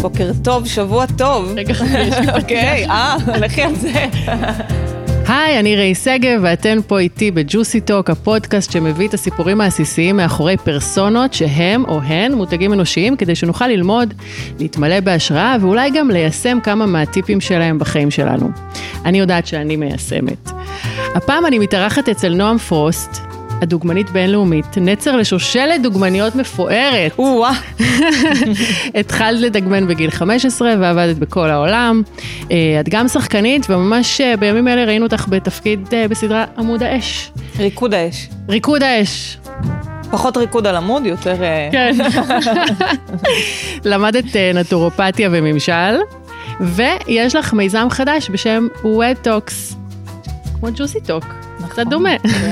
בוקר טוב, שבוע טוב. רגע, יש לי אוקיי, לכי על זה. היי, אני ראי סגב, ואתן פה איתי בג'וסי טוק, הפודקאסט שמביא את הסיפורים העסיסיים מאחורי פרסונות שהם או הן מותגים אנושיים, כדי שנוכל ללמוד, להתמלא בהשראה, ואולי גם ליישם כמה מהטיפים שלהם בחיים שלנו. אני יודעת שאני מיישמת. הפעם אני מתארחת אצל נועם פרוסט, הדוגמנית בינלאומית, נצר לשושלת דוגמניות מפוארת. התחלת לדגמן בגיל 15 ועבדת בכל העולם. את גם שחקנית, וממש בימים אלה ראינו אותך בתפקיד בסדרה עמוד האש. ריקוד האש. ריקוד האש. פחות ריקוד על עמוד, יותר... כן. למדת נטורופתיה וממשל, ויש לך מיזם חדש בשם Wed Talks, כמו ג'וסי טוק. קצת דומה,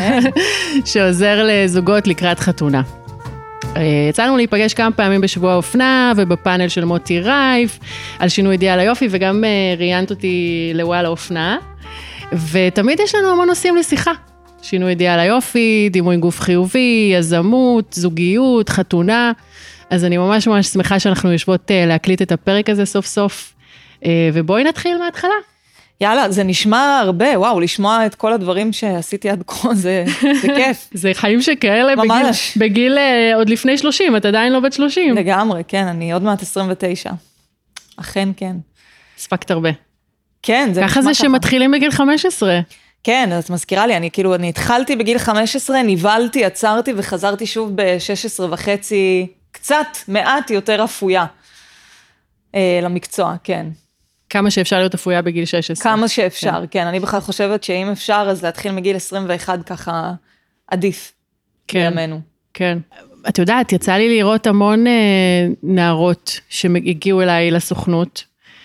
שעוזר לזוגות לקראת חתונה. יצאנו להיפגש כמה פעמים בשבוע האופנה, ובפאנל של מוטי רייף, על שינוי אידיאל היופי, וגם ראיינת אותי לוואלה אופנה, ותמיד יש לנו המון נושאים לשיחה. שינוי אידיאל היופי, דימוי גוף חיובי, יזמות, זוגיות, חתונה, אז אני ממש ממש שמחה שאנחנו יושבות להקליט את הפרק הזה סוף סוף, ובואי נתחיל מההתחלה. יאללה, זה נשמע הרבה, וואו, לשמוע את כל הדברים שעשיתי עד כה, זה כיף. זה חיים שכאלה בגיל עוד לפני 30, את עדיין לא בת 30. לגמרי, כן, אני עוד מעט 29. אכן, כן. הספקת הרבה. כן, זה נשמע ככה. ככה זה שמתחילים בגיל 15. כן, את מזכירה לי, אני התחלתי בגיל 15, ניבלתי, עצרתי וחזרתי שוב ב-16 וחצי, קצת, מעט יותר אפויה למקצוע, כן. כמה שאפשר להיות אפויה בגיל 16. כמה שאפשר, כן. אני בכלל חושבת שאם אפשר, אז להתחיל מגיל 21 ככה עדיף. כן, בימינו. כן. את יודעת, יצא לי לראות המון נערות שהגיעו אליי לסוכנות,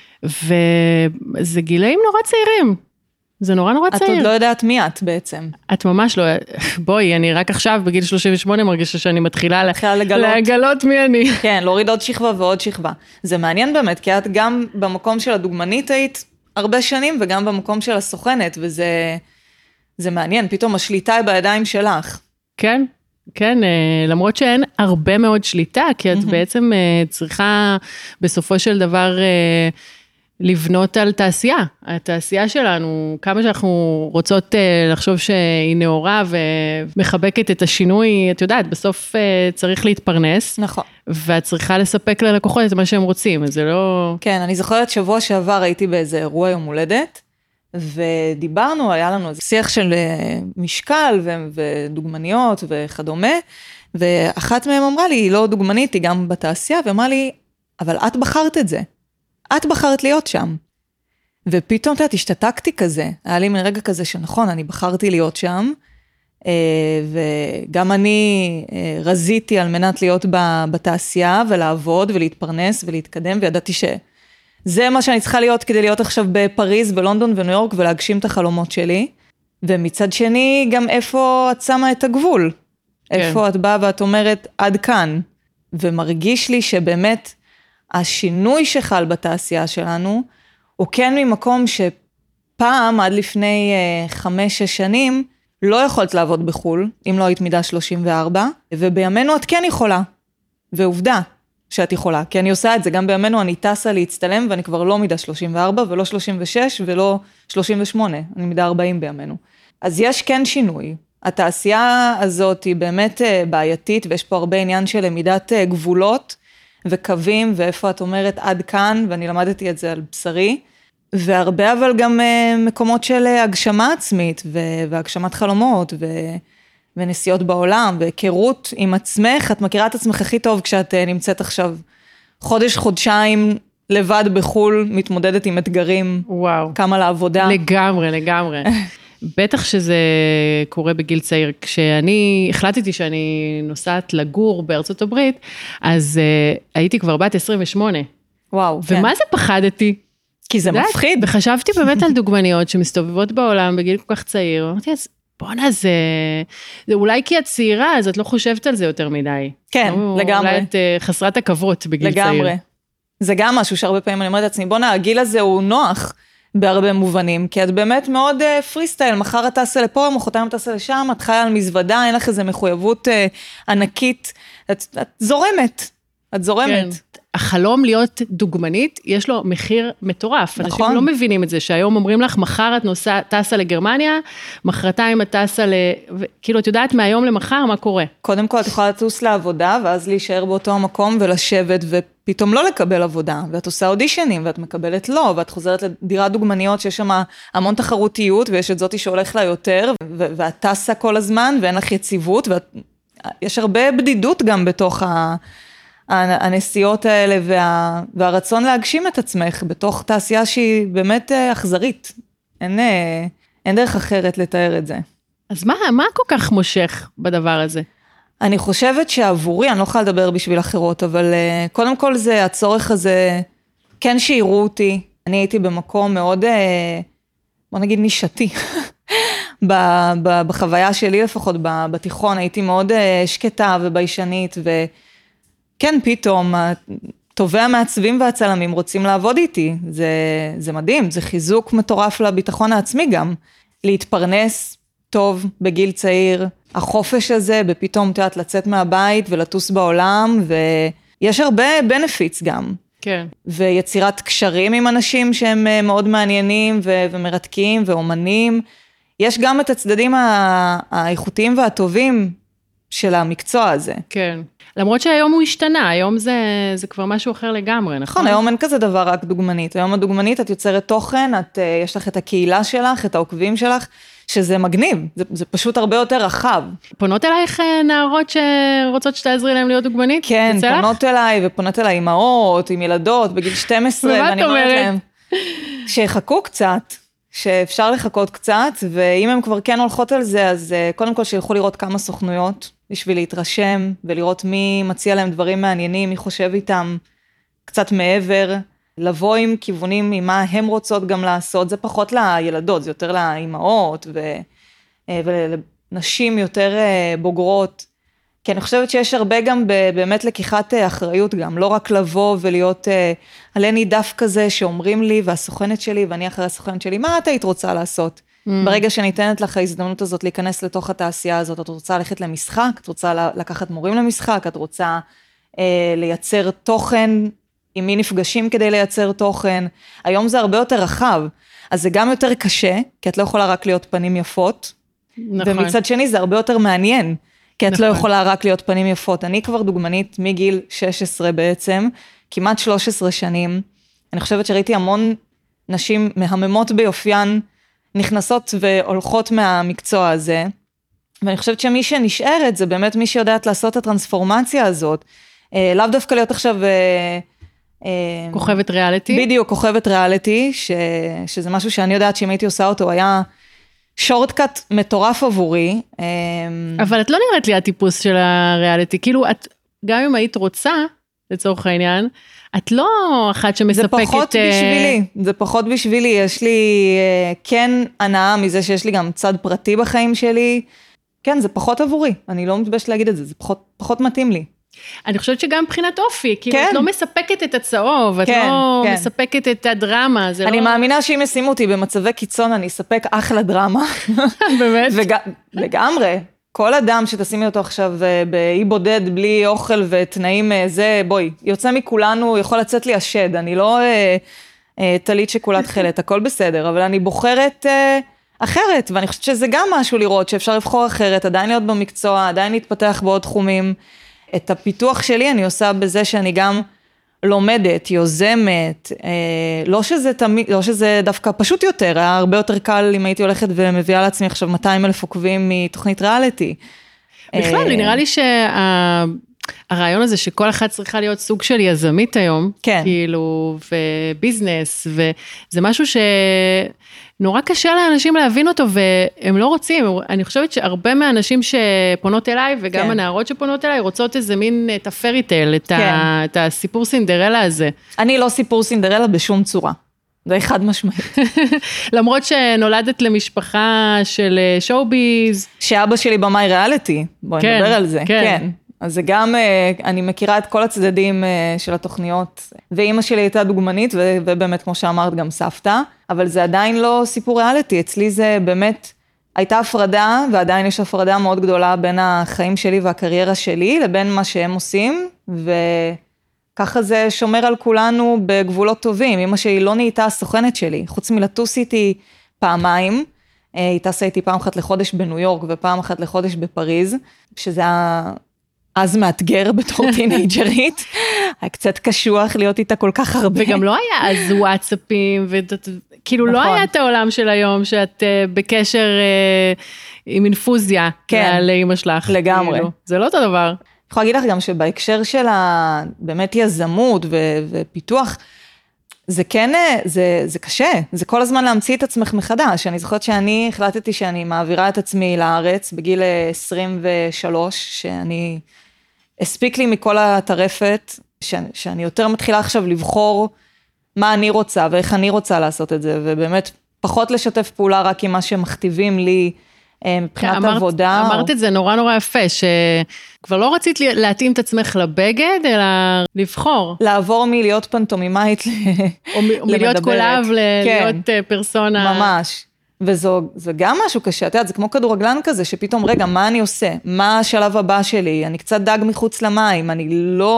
וזה גילאים נורא צעירים. זה נורא נורא צעיר. את עוד לא יודעת מי את בעצם. את ממש לא, בואי, אני רק עכשיו בגיל 38 מרגישה שאני מתחילה לגלות מי אני. כן, להוריד עוד שכבה ועוד שכבה. זה מעניין באמת, כי את גם במקום של הדוגמנית היית הרבה שנים, וגם במקום של הסוכנת, וזה מעניין, פתאום השליטה היא בידיים שלך. כן, כן, למרות שאין הרבה מאוד שליטה, כי את בעצם צריכה בסופו של דבר... לבנות על תעשייה, התעשייה שלנו, כמה שאנחנו רוצות לחשוב שהיא נאורה ומחבקת את השינוי, את יודעת, בסוף צריך להתפרנס, נכון. ואת צריכה לספק ללקוחות את מה שהם רוצים, אז זה לא... כן, אני זוכרת שבוע שעבר הייתי באיזה אירוע יום הולדת, ודיברנו, היה לנו איזה שיח של משקל ודוגמניות וכדומה, ואחת מהם אמרה לי, היא לא דוגמנית, היא גם בתעשייה, ואמרה לי, אבל את בחרת את זה. את בחרת להיות שם. ופתאום, השתתקתי כזה. היה לי מרגע כזה שנכון, אני בחרתי להיות שם, וגם אני רזיתי על מנת להיות בתעשייה, ולעבוד, ולהתפרנס, ולהתקדם, וידעתי שזה מה שאני צריכה להיות, כדי להיות עכשיו בפריז, בלונדון וניו יורק, ולהגשים את החלומות שלי. ומצד שני, גם איפה את שמה את הגבול? כן. איפה את באה ואת אומרת, עד כאן. ומרגיש לי שבאמת, השינוי שחל בתעשייה שלנו, הוא כן ממקום שפעם, עד לפני 5-6 שנים, לא יכולת לעבוד בחול, אם לא היית מידה 34, ובימינו את כן יכולה, ועובדה שאת יכולה, כי אני עושה את זה, גם בימינו אני טסה להצטלם, ואני כבר לא מידה 34, ולא 36, ולא 38, אני מידה 40 בימינו. אז יש כן שינוי, התעשייה הזאת היא באמת בעייתית, ויש פה הרבה עניין של למידת גבולות, וקווים, ואיפה את אומרת עד כאן, ואני למדתי את זה על בשרי, והרבה אבל גם מקומות של הגשמה עצמית, והגשמת חלומות, ונסיעות בעולם, והיכרות עם עצמך, את מכירה את עצמך הכי טוב, כשאת נמצאת עכשיו חודש-חודשיים, לבד בחול, מתמודדת עם אתגרים, וואו. כמה לעבודה. לגמרי, לגמרי. בטח שזה קורה בגיל צעיר, כשאני החלטתי שאני נוסעת לגור בארצות הברית, אז הייתי כבר בת 28. וואו, כן. ומה זה פחדתי? כי זה מפחיד. וחשבתי באמת על דוגמניות שמסתובבות בעולם בגיל כל כך צעיר, אמרתי, אז בוא'נה, זה אולי כי את צעירה, אז את לא חושבת על זה יותר מדי. כן, לגמרי. אולי את חסרת עכבות בגיל צעיר. לגמרי. זה גם משהו שהרבה פעמים אני אומרת לעצמי, בוא'נה, הגיל הזה הוא נוח, בהרבה מובנים, כי את באמת מאוד פרי סטייל, מחר את תעשה לפה, מחרתיים תעשה לשם, את חיה על מזוודה, אין לך איזו מחויבות ענקית, את זורמת, את זורמת. כן. החלום להיות דוגמנית, יש לו מחיר מטורף. נכון. אנשים לא מבינים את זה, שהיום אומרים לך, מחר את טסה לגרמניה, מחרתיים את טסה כאילו, את יודעת מהיום למחר מה קורה. קודם כל, את יכולה לטוס לעבודה, ואז להישאר באותו המקום ולשבת, ופתאום לא לקבל עבודה, ואת עושה אודישנים, ואת מקבלת לא, ואת חוזרת לדירת דוגמניות, שיש שם המון תחרותיות, ויש את זאתי שהולך לה יותר, ואת טסה כל הזמן, ואין לך יציבות, ויש הרבה בדידות גם בתוך הנסיעות האלה, והרצון להגשים את עצמך, בתוך תעשייה שהיא באמת אכזרית. אין דרך אחרת לתאר את זה. אז מה כל כך מושך בדבר הזה? אני חושבת שעבורי, אני לא יכולה לדבר בשביל אחרות, אבל קודם כל זה הצורך הזה, כן שיראו אותי, אני הייתי במקום מאוד, בוא נגיד נישתי, בחוויה שלי לפחות, בתיכון, הייתי מאוד שקטה וביישנית, וכן פתאום, טובי המעצבים והצלמים רוצים לעבוד איתי, זה מדהים, זה חיזוק מטורף לביטחון העצמי גם, להתפרנס טוב בגיל צעיר, החופש הזה בפתאום תיאת לצאת מהבית ולטוס בעולם, ויש הרבה benefits גם. כן. ויצירת קשרים עם אנשים שהם מאוד מעניינים ומרתקים ואומנים. יש גם את הצדדים האיכותיים והטובים של המקצוע הזה. כן. למרות שהיום הוא השתנה, היום זה כבר משהו אחר לגמרי, נכון? נכון, היום אין כזה דבר רק דוגמנית. היום הדוגמנית, את יוצרת תוכן, יש לך את הקהילה שלך, את העוקבים שלך, שזה מגניב, זה פשוט הרבה יותר רחב. פונות אלייך נערות שרוצות שתעזרי להם להיות דוגמנית? כן, פונות אליי, ופונות אליי אימהות, עם ילדות, בגיל 12, ואני אומרת להם, שיחכו קצת, שאפשר לחכות קצת, ואם הם כבר כן הולכות על זה, אז קודם כל שילכו לראות כמה סוכנויות, בשביל להתרשם, ולראות מי מציע להם דברים מעניינים, מי חושב איתם קצת מעבר, לבוא עם כיוונים ממה הם רוצות גם לעשות, זה פחות לילדות, זה יותר לאימהות ולנשים יותר בוגרות, כי אני חושבת שיש הרבה גם באמת לקיחת אחריות גם, לא רק לבוא ולהיות עליני דף כזה שאומרים לי, והסוכנת שלי, ואני אחרי הסוכנת שלי, מה את היית רוצה לעשות? ברגע שניתנת לך ההזדמנות הזאת להיכנס לתוך התעשייה הזאת, את רוצה ללכת למשחק, את רוצה לקחת מורים למשחק, את רוצה לייצר תוכן, עם מי נפגשים כדי לייצר תוכן, היום זה הרבה יותר רחב, אז זה גם יותר קשה, כי את לא יכולה רק להיות פנים יפות, נכון. ומצד שני זה הרבה יותר מעניין, כי את נכון. לא יכולה רק להיות פנים יפות, אני כבר דוגמנית מגיל 16 בעצם, כמעט 13 שנים, אני חושבת שראיתי המון נשים מהממות ביופיין, נכנסות והולכות מהמקצוע הזה, ואני חושבת שמי שנשארת, זה באמת מי שיודעת לעשות את הטרנספורמציה הזאת, לאו דווקא להיות עכשיו כוכבת ריאליטי? בדיוק, כוכבת ריאליטי, שזה משהו שאני יודעת שאם הייתי עושה אותו, היה שורטקאט מטורף עבורי. אבל את לא נראית לי הטיפוס של הריאליטי, כאילו את, גם אם היית רוצה, לצורך העניין, את לא אחת שמספקת... זה פחות בשבילי, זה פחות בשבילי, יש לי כן הנאה מזה שיש לי גם צד פרטי בחיים שלי, כן, זה פחות עבורי, אני לא מתביישת להגיד את זה, זה פחות מתאים לי. אני חושבת שגם מבחינת אופי, כאילו את לא מספקת את הצהוב, את לא מספקת את הדרמה. אני מאמינה שאם ישימו אותי במצבי קיצון, אני אספק אחלה דרמה. באמת? לגמרי. כל אדם שתשימי אותו עכשיו באי בודד, בלי אוכל ותנאים זה, בואי, יוצא מכולנו, יכול לצאת לי השד, אני לא תלית שכולת חלת, הכל בסדר, אבל אני בוחרת אחרת, ואני חושבת שזה גם משהו לראות, שאפשר לבחור אחרת, עדיין להיות במקצוע, עדיין להתפתח בעוד תחומים. את הפיתוח שלי אני עושה בזה שאני גם לומדת, יוזמת, לא שזה דווקא פשוט יותר, היה הרבה יותר קל אם הייתי הולכת ומביאה לעצמי עכשיו 200,000 עוקבים מתוכנית ריאליטי. בכלל, נראה לי שהרעיון הזה שכל אחת צריכה להיות סוג של יזמית היום, כאילו, וביזנס, וזה משהו שנורא קשה לאנשים להבין אותו, והם לא רוצים, אני חושבת שהרבה מהאנשים שפונות אליי, וגם הנערות שפונות אליי, רוצות איזה מין את הפריטל, את הסיפור סינדרלה הזה. אני לא סיפור סינדרלה בשום צורה. זה חד משמעית. למרות שנולדת למשפחה של שואו-ביז. שאבא שלי במאי ריאליטי, בואי נדבר על זה. כן. אז זה גם, אני מכירה את כל הצדדים של התוכניות, ואימא שלי הייתה דוגמנית, ובאמת כמו שאמרת גם סבתא, אבל זה עדיין לא סיפור ריאליטי, אצלי זה באמת, הייתה הפרדה, ועדיין יש הפרדה מאוד גדולה בין החיים שלי והקריירה שלי, לבין מה שהם עושים, ככה זה שומר על כולנו בגבולות טובים. אמא שלי לא נהייתה הסוכנת שלי, חוץ מלטוס איתי פעמיים, היא טסה איתי פעם אחת לחודש בניו יורק ופעם אחת לחודש בפריז, שזה היה אז מאתגר בתור טינג'רית, היה קצת קשוח להיות איתה כל כך הרבה. וגם לא היה אז וואטסאפים, כאילו לא היה את העולם של היום, שאת בקשר עם אינפוזיה לאמא שלך. לגמרי. זה לא אותו דבר. אני יכולה להגיד לך גם שבהקשר של באמת יזמות ופיתוח, זה כן, זה קשה, זה כל הזמן להמציא את עצמך מחדש. אני זוכרת שאני החלטתי שאני מעבירה את עצמי לארץ בגיל 23, שאני הספיק לי מכל הטרפת, שאני יותר מתחילה עכשיו לבחור מה אני רוצה ואיך אני רוצה לעשות את זה, ובאמת פחות לשתף פעולה רק עם מה שמכתיבים לי מבחינת עבודה. אמרת את זה נורא נורא יפה, שכבר לא רצית להתאים את עצמך לבגד, אלא לבחור. לעבור מלהיות פנטומימאית או מלהיות קולב, להיות פרסונה. ממש. וזה גם משהו קשה, את יודעת, זה כמו כדורגלן כזה, שפתאום, רגע, מה אני עושה? מה השלב הבא שלי? אני קצת דג מחוץ למים, אני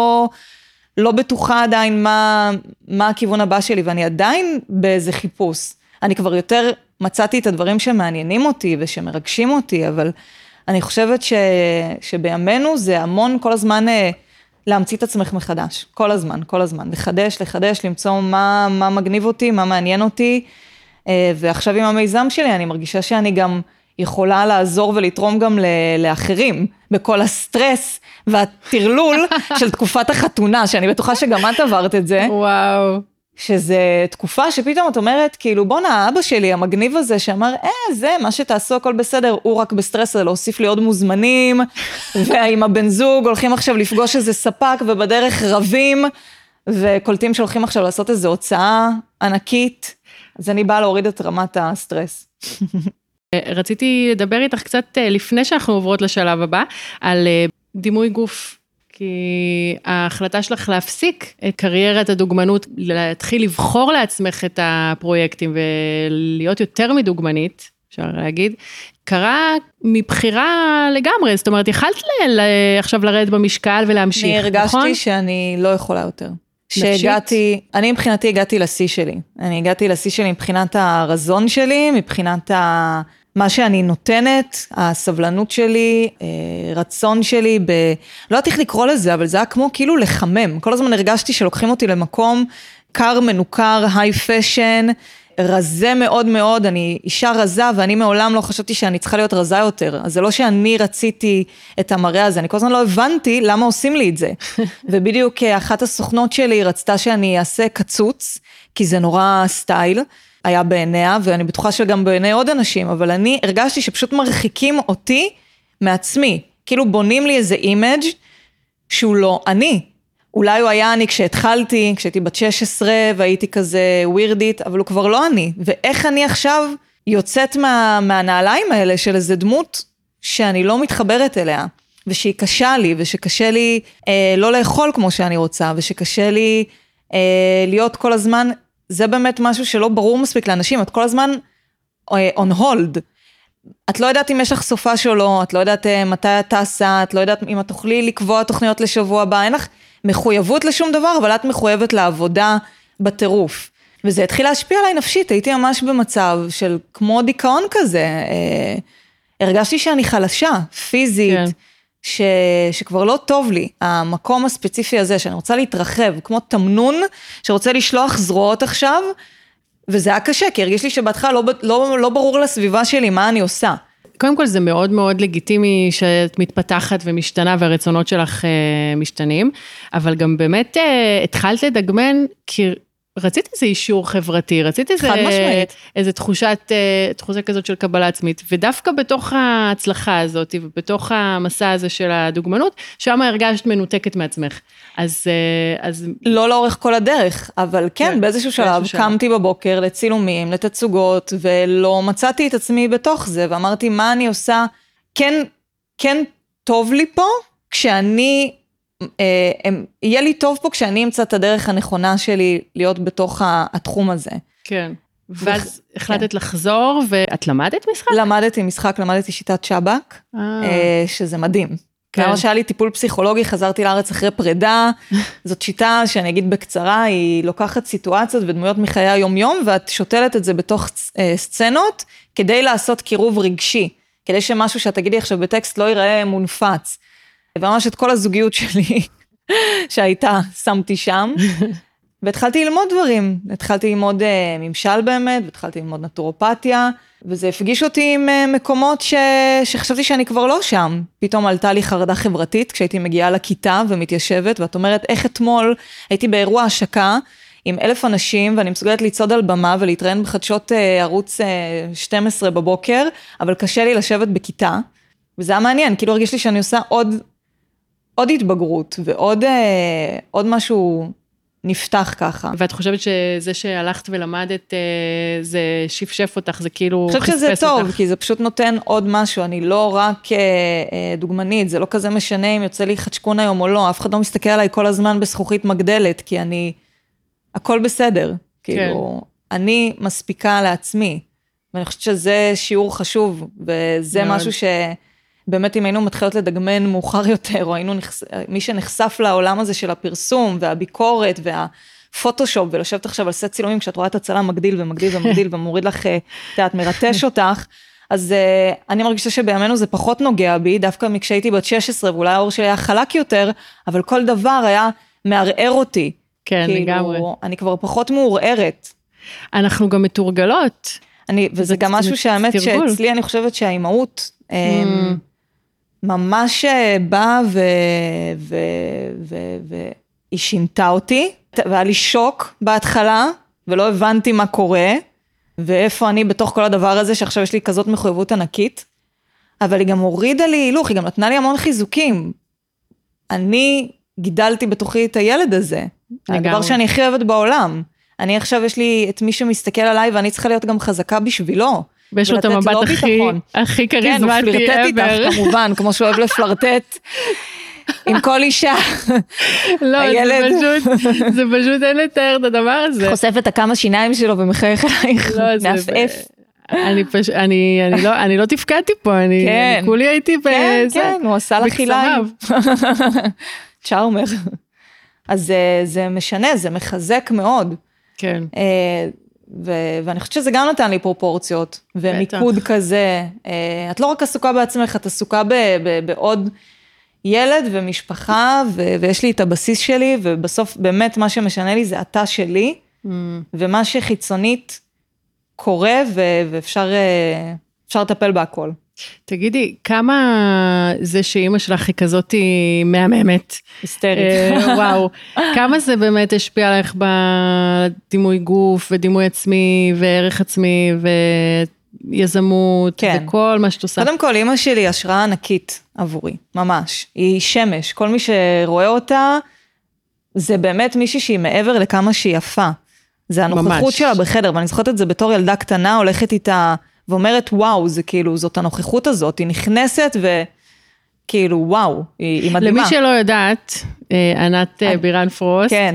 לא בטוחה עדיין מה הכיוון הבא שלי, ואני עדיין באיזה חיפוש. אני כבר יותר מצאתי את הדברים שמעניינים אותי ושמרגשים אותי, אבל אני חושבת שבימינו זה המון כל הזמן להמציא את עצמך מחדש, כל הזמן, לחדש, למצוא מה מגניב אותי, מה מעניין אותי, ועכשיו עם המיזם שלי אני מרגישה שאני גם יכולה לעזור ולתרום גם לאחרים, בכל הסטרס והטרלול של תקופת החתונה, שאני בטוחה שגם את עברת את זה. וואו. שזה תקופה שפתאום את אומרת, כאילו בונה, אבא שלי המגניב הזה שאמר, זה מה שתעשו הכל בסדר, הוא רק בסטרס, זה להוסיף לי עוד מוזמנים, ועם הבן זוג הולכים עכשיו לפגוש איזה ספק, ובדרך רבים, וקולטים שהולכים עכשיו לעשות איזו הוצאה ענקית, אז אני באה להוריד את רמת הסטרס. רציתי לדבר איתך קצת לפני שאנחנו עוברות לשלב הבא, על דימוי גוף. כי ההחלטה שלך להפסיק את קריירת הדוגמנות, להתחיל לבחור לעצמך את הפרויקטים ולהיות יותר מדוגמנית, אפשר להגיד, קרה מבחירה לגמרי, זאת אומרת, יכלת עכשיו לרדת במשקל ולהמשיך, נכון? אני הרגשתי שאני לא יכולה יותר. שהגעתי, אני מבחינתי הגעתי לשיא שלי. אני הגעתי לשיא שלי מבחינת הרזון שלי, מבחינת מה שאני נותנת, הסבלנות שלי, רצון שלי, לא יודעת איך לקרוא לזה, אבל זה היה כמו כאילו לחמם. כל הזמן הרגשתי שלוקחים אותי למקום קר, מנוכר, היי פשן, רזה מאוד מאוד, אני אישה רזה, ואני מעולם לא חשבתי שאני צריכה להיות רזה יותר. אז זה לא שאני רציתי את המראה הזה, אני כל הזמן לא הבנתי למה עושים לי את זה. ובדיוק אחת הסוכנות שלי רצתה שאני אעשה קצוץ, כי זה נורא סטייל, היה בעיניה, ואני בטוחה שגם בעיני עוד אנשים, אבל אני הרגשתי שפשוט מרחיקים אותי מעצמי, כאילו בונים לי איזה אימג' שהוא לא אני. אולי הוא היה אני כשהתחלתי, כשהייתי בת 16, והייתי כזה ווירדית, אבל הוא כבר לא אני. ואיך אני עכשיו יוצאת מהנעליים האלה של איזה דמות שאני לא מתחברת אליה, ושהיא קשה לי, ושקשה לי לא לאכול כמו שאני רוצה, ושקשה לי להיות כל הזמן, זה באמת משהו שלא ברור מספיק לאנשים, את כל הזמן on hold. את לא יודעת אם יש לך סופה שלו, את לא יודעת מתי את טסה, את לא יודעת אם את תוכלי לקבוע תוכניות לשבוע הבא, אין לך מחויבות לשום דבר, אבל את מחויבת לעבודה בטירוף. וזה התחיל להשפיע עליי נפשית, הייתי ממש במצב של כמו דיכאון כזה, הרגשתי שאני חלשה, פיזית, כן. שכבר לא טוב לי, המקום הספציפי הזה, שאני רוצה להתרחב, כמו תמנון, שרוצה לשלוח זרועות עכשיו, וזה היה קשה, כי הרגיש לי שבהתחלה לא ברור לסביבה שלי מה אני עושה. קודם כל זה מאוד מאוד לגיטימי שאת מתפתחת ומשתנה והרצונות שלך משתנים, אבל גם באמת התחלת לדגמן, כי רצית איזה אישור חברתי, רצית איזה תחושה כזאת של קבלה עצמית, ודווקא בתוך ההצלחה הזאת, ובתוך המסע הזה של הדוגמנות, שם הרגשת מנותקת מעצמך. אז לא לאורך כל הדרך, אבל כן, באיזשהו שלב, קמתי בבוקר לצילומים, לתצוגות, ולא מצאתי את עצמי בתוך זה, ואמרתי, מה אני עושה? כן טוב לי פה, כשאני יהיה לי טוב פה כשאני אמצא את הדרך הנכונה שלי להיות בתוך התחום הזה. כן. ואז החלטת לחזור, ואת למדת משחק? למדתי משחק, למדתי שיטת שבק, שזה מדהים. כמה שהיה לי טיפול פסיכולוגי, חזרתי לארץ אחרי פרידה, זאת שיטה שאני אגיד בקצרה, היא לוקחת סיטואציות ודמויות מחיי היום-יום, ואת שותלת את זה בתוך סצנות, כדי לעשות קירוב רגשי, כדי שמשהו שאת תגידי עכשיו בטקסט לא ייראה מונפץ. וממש את כל הזוגיות שלי שהייתה, שמתי שם, והתחלתי ללמוד דברים, התחלתי ללמוד ממשל באמת, והתחלתי ללמוד נטורופתיה, וזה הפגיש אותי עם מקומות שחשבתי שאני כבר לא שם. פתאום עלתה לי חרדה חברתית, כשהייתי מגיעה לכיתה ומתיישבת, ואת אומרת, איך אתמול הייתי באירוע השקה, עם 1,000 אנשים, ואני מסוגלת לצעוד על במה, ולהתראיין בחדשות ערוץ 12 בבוקר, אבל קשה לי לשבת בכיתה, וזה היה מעניין, כאילו הרגיש לי שאני עושה עוד התבגרות, ועוד משהו נפתח ככה. ואת חושבת שזה שהלכת ולמדת, זה שפשף אותך, זה כאילו חושבת שזה טוב, כי זה פשוט נותן עוד משהו, אני לא רק דוגמנית, זה לא כזה משנה אם יוצא לי חדשקון היום או לא, אף אחד לא מסתכל עליי כל הזמן בזכוכית מגדלת, כי הכל בסדר, כאילו, אני מספיקה לעצמי, ואני חושבת שזה שיעור חשוב, וזה משהו באמת אם היינו מתחילות לדגמן מאוחר יותר, או היינו מי שנחשף לעולם הזה של הפרסום, והביקורת, והפוטושופ, ולשבת עכשיו על סט צילומים, כשאת רואה את הצלם מגדיל ומגדיל ומגדיל, ומוריד לך, מרטש אותך, אז אני מרגישה שבימינו זה פחות נוגע בי, דווקא כשהייתי בת 16, ואולי האור שלי היה חלק יותר, אבל כל דבר היה מערער אותי. כן, לגמרי. אני כבר פחות מעורערת. אנחנו גם מתורגלות. וזה גם משהו שהאמת שאצלי אני חושבת שהאימהות, ממש באה והיא שינתה אותי, והיה לי שוק בהתחלה, ולא הבנתי מה קורה, ואיפה אני בתוך כל הדבר הזה, שעכשיו יש לי כזאת מחויבות ענקית, אבל היא גם הורידה לי הילוך, היא גם נתנה לי המון חיזוקים. אני גידלתי בתוכי את הילד הזה, הדבר שאני הכי אוהבת בעולם. אני עכשיו יש לי את מי שמסתכל עליי, ואני צריכה להיות גם חזקה בשבילו. ויש לו את המבט הכי כריזמטי. כן, הוא פלרטט איתך כמובן, כמו שהוא אוהב לפלרטט עם כל אישה. לא, זה פשוט אין לתאר את הדבר הזה. חושף את הכמה שיניים שלו ומחייך אלייך, מעפעף. אני לא תפקדתי פה, אני כולי הייתי בזה. כן, הוא עשה לך חיליים. צ'אומר. אז זה משנה, זה מחזק מאוד. כן. ואני חושבת שזה גם נתן לי פרופורציות, ומיקוד כזה. את לא רק עסוקה בעצמך, את עסוקה בעוד ילד ומשפחה, ויש לי את הבסיס שלי, ובסוף באמת מה שמשנה לי זה התא שלי, ומה שחיצונית קורה, ואפשר לטפל בהכל. תגידי, כמה זה שאימא שלך היא כזאת מהממת? היסטרית. וואו, כמה זה באמת השפיע עליך בדימוי גוף ודימוי עצמי וערך עצמי ויזמות וכל מה שאת עושה? קודם כל, אימא שלי היא השראה ענקית עבורי, ממש. היא שמש, כל מי שרואה אותה, זה באמת מישהי שהיא מעבר לכמה שהיא יפה. זה הנוכחות שלה בחדר, ואני זוכרת את זה בתור ילדה קטנה, הולכת איתה ואומרת, וואו, זה כאילו, זאת הנוכחות הזאת, היא נכנסת וכאילו, וואו, היא מדהימה. למי שלא יודעת, ענת בירן פרוסט, כן.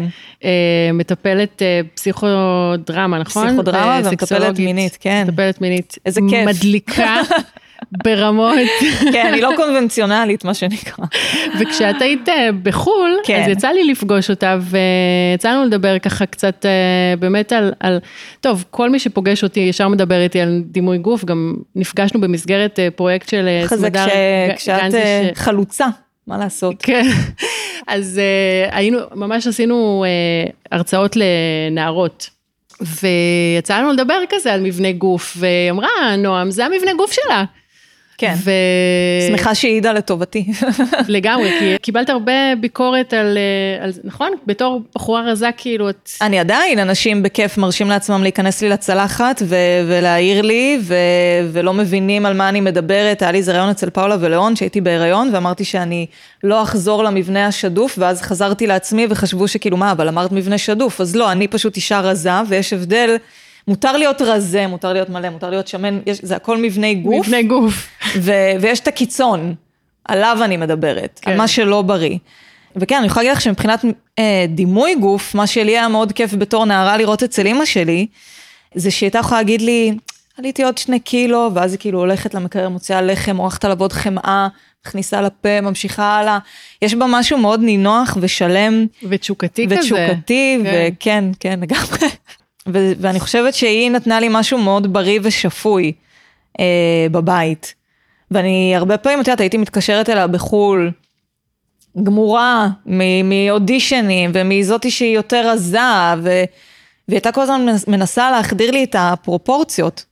מטפלת פסיכודרמה, נכון? פסיכודרמה ומטפלת מינית, כן. מטפלת מינית. איזה כיף. מדליקה ברמות. כן, היא לא קונבנציונלית, מה שנקרא. וכשאת היית בחול, אז יצא לי לפגוש אותה, ויצאנו לדבר ככה קצת באמת על, טוב, כל מי שפוגש אותי, ישר מדבר איתי על דימוי גוף, גם נפגשנו במסגרת פרויקט של סמדר. כשאת חלוצה, מה לעשות? כן, אז ממש עשינו הרצאות לנערות, ויצאנו לדבר כזה על מבנה גוף, והיא אמרה, נועם, זה המבנה גוף שלה. כן, שמחה שהעידה לטובתי. לגמרי, כי קיבלת הרבה ביקורת על, נכון? בתור בחורה רזה כאילו את... אני עדיין, אנשים בכיף מרשים לעצמם להיכנס לי לצלחת ולהעיר לי, ולא מבינים על מה אני מדברת. היה לי איזה רעיון אצל פאולה ולאון שהייתי בהיריון, ואמרתי שאני לא אחזור למבנה השדוף, ואז חזרתי לעצמי וחשבו שכאילו מה, אבל אמרת מבנה שדוף, אז לא, אני פשוט אישה רזה, ויש הבדל... מותר להיות רזה, מותר להיות מלא, מותר להיות שמן, זה הכל מבני גוף. מבני גוף. ויש את הקיצון, עליו אני מדברת, על מה שלא בריא. וכן, אני יכולה להגיד לך שמבחינת דימוי גוף, מה שלי היה מאוד כיף בתור נערה לראות אצל אמא שלי, זה שהיא הייתה יכולה להגיד לי, עליתי עוד 2 קילו, ואז היא כאילו הולכת למקרר, מוציאה לחם, עורכת עליו עוד חמאה, מכניסה לפה, ממשיכה הלאה. יש בה משהו מאוד נינוח ושלם. ותשוקתי כזה. ותשוקתי, וכן, כן, לגמרי. ואני חושבת שהיא נתנה לי משהו מאוד בריא ושפוי בבית. ואני הרבה פעמים, הייתי מתקשרת אליה בחול, גמורה, מאודישנים, ומזאתי שהיא יותר עזה, והיא הייתה כל הזמן מנסה להחדיר לי את הפרופורציות,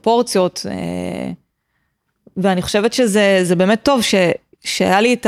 ואני חושבת שזה באמת טוב, שהיה לי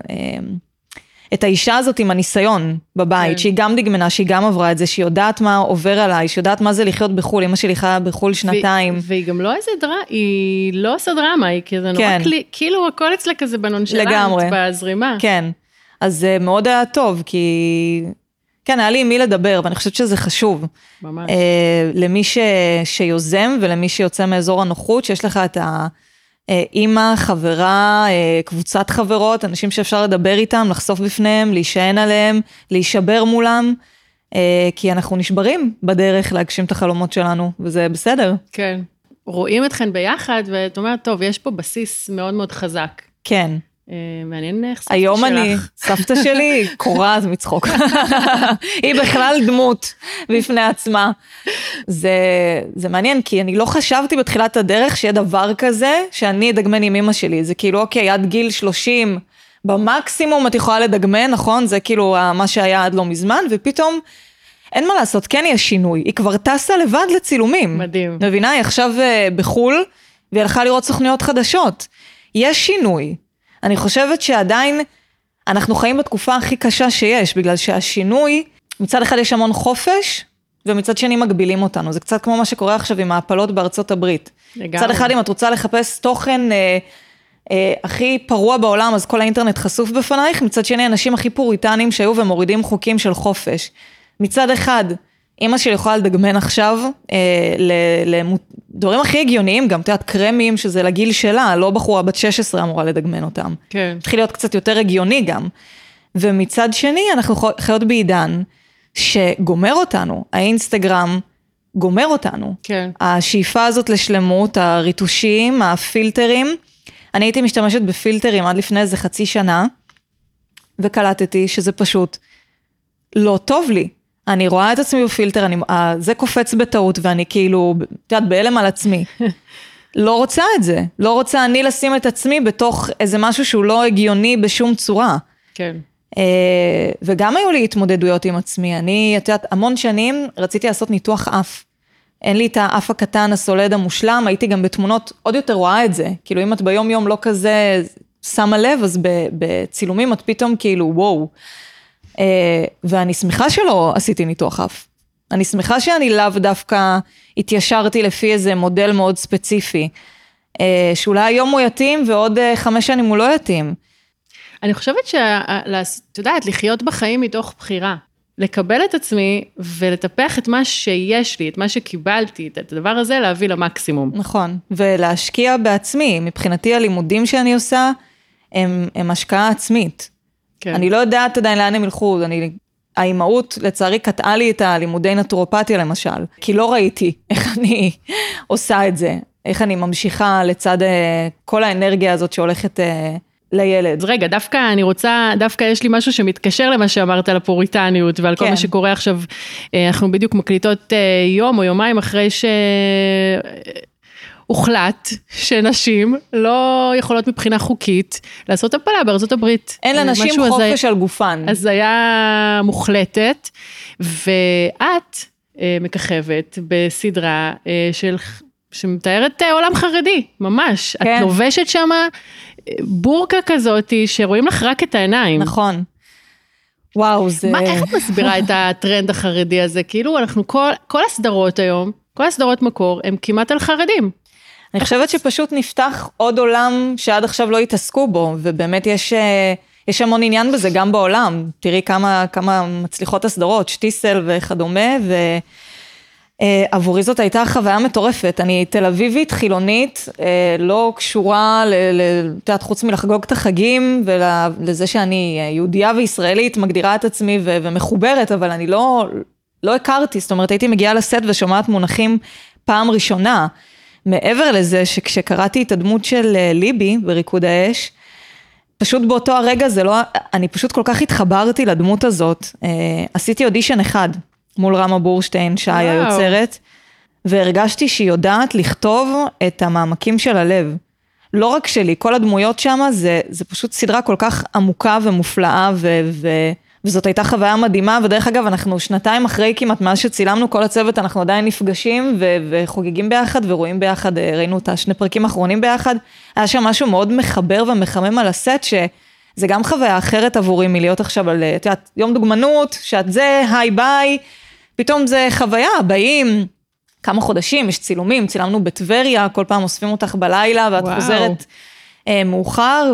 את האישה הזאת עם הניסיון בבית, שהיא גם דגמנה, שהיא גם עברה את זה, שהיא יודעת מה עובר עליי, שהיא יודעת מה זה לחיות בחול, אמא שלי חיה בחול שנתיים. והיא גם לא איזה היא לא עושה דרמה, היא כזה נורא, כאילו הכל אצלה כזה בנונשלנט, בזרימה. כן, אז זה מאוד היה טוב, כי כן, היה לי עם מי לדבר, ואני חושבת שזה חשוב. ממש. למי שיוזם, ולמי שיוצא מאזור הנוחות, שיש לך את אימא, חברה, קבוצת חברות, אנשים שאפשר לדבר איתם, לחשוף בפניהם, להישען עליהם, להישבר מולם, כי אנחנו נשברים בדרך להגשים את החלומות שלנו, וזה בסדר. כן. רואים אתכן ביחד, ואת אומרת, טוב, יש פה בסיס מאוד מאוד חזק. כן. מעניין איך סבתא שלך. היום סבתא שלי קורעת מצחוק. היא בכלל דמות בפני עצמה. זה מעניין, כי אני לא חשבתי בתחילת הדרך שיהיה דבר כזה, שאני אדגמן עם אמא שלי. זה כאילו, אוקיי, עד גיל 30, במקסימום את יכולה לדגמן, נכון? זה כאילו מה שהיה עד לא מזמן, ופתאום אין מה לעשות, כן יש שינוי. היא כבר טסה לבד לצילומים. מדהים. מבינה, היא עכשיו בחול, והיא הלכה לראות סוכניות חדשות. יש שינוי. אני חושבת שעדיין אנחנו חיים בתקופה הכי קשה שיש, בגלל שהשינוי, מצד אחד יש המון חופש, ומצד שני מגבילים אותנו. זה קצת כמו מה שקורה עכשיו עם ההפלות בארצות הברית. לגמרי. מצד אחד אם את רוצה לחפש תוכן הכי פרוע בעולם, אז כל האינטרנט חשוף בפנייך, מצד שני אנשים הכי פוריטנים שהיו ומורידים חוקים של חופש. מצד אחד, אמא שלי יכולה לדגמן עכשיו לדברים הכי הגיוניים, גם תיאת קרמים שזה לגיל שלה, לא בחורה בת 16 אמורה לדגמן אותם. כן. התחיל להיות קצת יותר הגיוני גם. ומצד שני, אנחנו חיות בעידן שגומר אותנו, האינסטגרם גומר אותנו. כן. השאיפה הזאת לשלמות, הריטושים, הפילטרים, אני הייתי משתמשת בפילטרים עד לפני איזה חצי שנה, וקלטתי שזה פשוט לא טוב לי. אני רואה את עצמי בפילטר, זה קופץ בטעות, ואני כאילו, יודעת, בהלם על עצמי. לא רוצה את זה. לא רוצה אני לשים את עצמי בתוך איזה משהו שהוא לא הגיוני בשום צורה. כן. וגם היו לי התמודדויות עם עצמי. אני, את יודעת, המון שנים רציתי לעשות ניתוח אף. אין לי את האף הקטן, הסולד המושלם, הייתי גם בתמונות, עוד יותר רואה את זה. כאילו, אם את ביום יום לא כזה שמה לב, אז בצילומים את פתאום כאילו, וואו. ואני שמחה שלא עשיתי ניתוח אף. אני שמחה שאני לאו דווקא התיישרתי לפי איזה מודל מאוד ספציפי, שאולי היום הוא יתאים ועוד 5 שנים הוא לא יתאים. אני חושבת את יודעת, לחיות בחיים מתוך בחירה, לקבל את עצמי ולטפח את מה שיש לי, את מה שקיבלתי, את הדבר הזה להביא למקסימום. נכון, ולהשקיע בעצמי, מבחינתי הלימודים שאני עושה, הם השקעה עצמית. כן. אני לא יודעת עדיין לאן הם ילכו, האימהות לצערי קטעה לי את הלימודי נטורופתיה למשל, כי לא ראיתי איך אני עושה את זה, איך אני ממשיכה לצד כל האנרגיה הזאת שהולכת לילד. אז רגע, דווקא יש לי משהו שמתקשר למה שאמרת על הפוריטניות, ועל כל מה שקורה עכשיו, אנחנו בדיוק מקליטות יום או יומיים אחרי הוחלט שנשים לא יכולות מבחינה חוקית לעשות הפלה בארצות הברית. אין לנשים חופש על גופן. אז זה היה מוחלטת, ואת מככבת בסדרה שמתארת עולם חרדי, ממש. כן. את לובשת שם בורקה כזאת שרואים לך רק את העיניים. נכון. וואו, זה... איך את מסבירה את הטרנד החרדי הזה? כאילו אנחנו כל הסדרות היום, כל הסדרות מקור, הם כמעט על חרדים. אני חושבת שפשוט נפתח עוד עולם שעד עכשיו לא התעסקו בו, ובאמת יש המון עניין בזה גם בעולם. תראי כמה מצליחות הסדרות, שטיסל וכדומה, ועבורי זאת הייתה חוויה מטורפת. אני תל אביבית, חילונית, לא קשורה, חוץ מלחגוג את החגים, ולזה שאני יהודייה וישראלית, מגדירה את עצמי ומחוברת, אבל אני לא הכרתי, זאת אומרת, הייתי מגיעה לסט ושומעת מונחים פעם ראשונה, מעבר לזה שכשקראתי את הדמות של ליבי בריקוד האש, פשוט באותו הרגע זה לא, אני פשוט כל כך התחברתי לדמות הזאת. עשיתי אודישן אחד מול רמה בורשטיין, שי היוצרת, והרגשתי שהיא יודעת לכתוב את המעמקים של הלב. לא רק שלי, כל הדמויות שם, זה פשוט סדרה כל כך עמוקה ומופלאה, וזאת הייתה חוויה מדהימה, ודרך אגב, אנחנו שנתיים אחרי כמעט מאז שצילמנו כל הצוות, אנחנו עדיין נפגשים וחוגגים ביחד, ורואים ביחד, ראינו את השני פרקים האחרונים ביחד, היה שם משהו מאוד מחבר ומחמם על הסט, שזה גם חוויה אחרת עבורי מלהיות עכשיו על יום דוגמנות, שאת זה, היי ביי, פתאום זה חוויה, באים כמה חודשים, יש צילומים, צילמנו בטבריה, כל פעם אוספים אותך בלילה, ואת חוזרת מאוחר,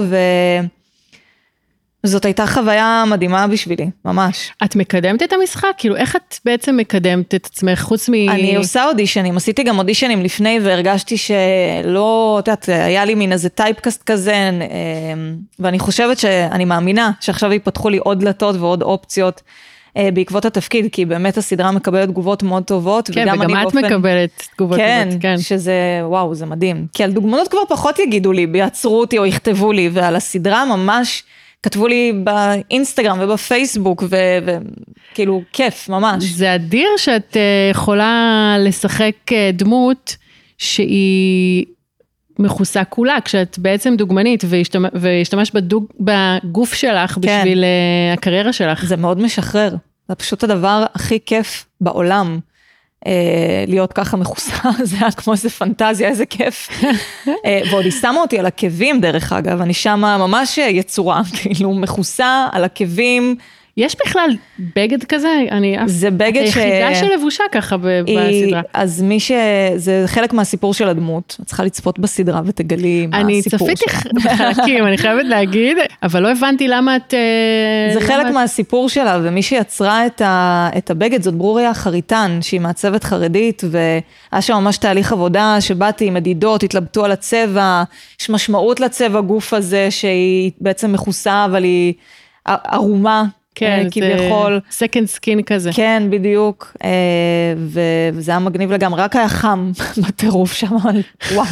וזאת הייתה חוויה מדהימה בשבילי, ממש. את מקדמת את המשחק? כאילו, איך את בעצם מקדמת את עצמך, חוץ מ... אני עושה אודישנים, עשיתי גם אודישנים לפני, והרגשתי שלא, את יודעת, היה לי מין איזה טייפקאסט כזה, ואני חושבת שאני מאמינה, שעכשיו ייפתחו לי עוד דלתות ועוד אופציות, בעקבות התפקיד, כי באמת הסדרה מקבלת תגובות מאוד טובות, כן, וגם את מקבלת תגובות טובות, כן, שזה, וואו, זה מדהים. כי על דוגמנות כבר פחות יגידו לי, יעצרו אותי או יכתבו לי, ועל הסדרה ממש כתבו לי באינסטגרם ובפייסבוק, וכאילו, כיף, ממש. זה אדיר שאת יכולה לשחק דמות שהיא מכוסה כולה, כשאת בעצם דוגמנית, והשתמש בגוף שלך בשביל הקריירה שלך. זה מאוד משחרר. זה פשוט הדבר הכי כיף בעולם, להיות ככה מכוסה, זה היה כמו איזה פנטזיה, איזה כיף. ועוד היא שמה אותי על עקבים דרך אגב, אני שמה ממש יצורה, כאילו מכוסה על עקבים, יש בכלל בגד כזה? זה בגד היחידה שלבושה ככה בסדרה. אז זה חלק מהסיפור של הדמות, את צריכה לצפות בסדרה ותגלי מה הסיפור שלה. אני צפיתי בחלקים, אני חייבת להגיד, אבל לא הבנתי למה את... זה חלק מהסיפור שלה, ומי שיצרה את הבגד זאת ברוריה חריטן, שהיא מעצבת חרדית, והיה שם ממש תהליך עבודה, שבאתי עם מדידות, התלבטו על הצבע, יש משמעות לצבע גוף הזה, שהיא בעצם מכוסה, אבל היא ערומה, כן, כביכול. זה second skin כזה. כן, בדיוק, וזה היה מגניב לגמרי, רק היה חם בטירוף שם, וואו.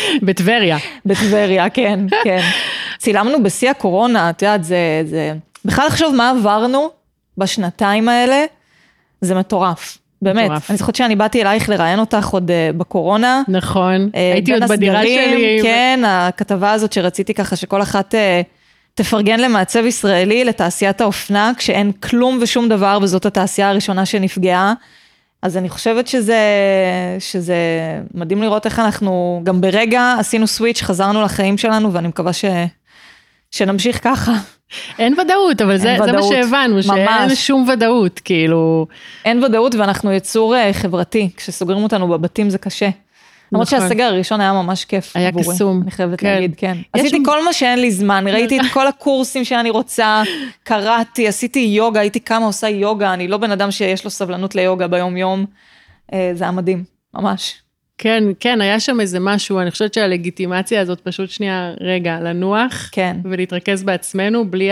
בטבריה, כן, כן. צילמנו בשיא הקורונה, את יודעת, בכלל לחשוב מה עברנו בשנתיים האלה, זה מטורף. באמת, אני זוכרת שאני באתי אלייך לראיין אותך עוד בקורונה. נכון, הייתי עוד בדירה שלי. כן, הכתבה הזאת שרציתי ככה שכל אחת תפרגן למעצב ישראלי לתעשיית האופנה, כשאין כלום ושום דבר, וזאת התעשייה הראשונה שנפגעה. אז אני חושבת שזה מדהים לראות איך אנחנו, גם ברגע עשינו סוויץ', חזרנו לחיים שלנו, ואני מקווה שנמשיך ככה. אין ודאות, אבל זה מה שהבנו, שאין שום ודאות, כאילו. אין ודאות, ואנחנו יצור חברתי, כשסוגרים אותנו בבתים זה קשה. למרות שהסגר הראשון היה ממש כיף. היה קסום. אני חייבת להגיד, כן. עשיתי כל מה שאין לי זמן, ראיתי את כל הקורסים שאני רוצה, קראתי, עשיתי יוגה, הייתי כמה עושה יוגה, אני לא בן אדם שיש לו סבלנות ליוגה ביום יום, זה היה מדהים, ממש. כן, כן, היה שם איזה משהו, אני חושבת שהלגיטימציה הזאת פשוט שנייה רגע לנוח, כן. ולהתרכז בעצמנו, בלי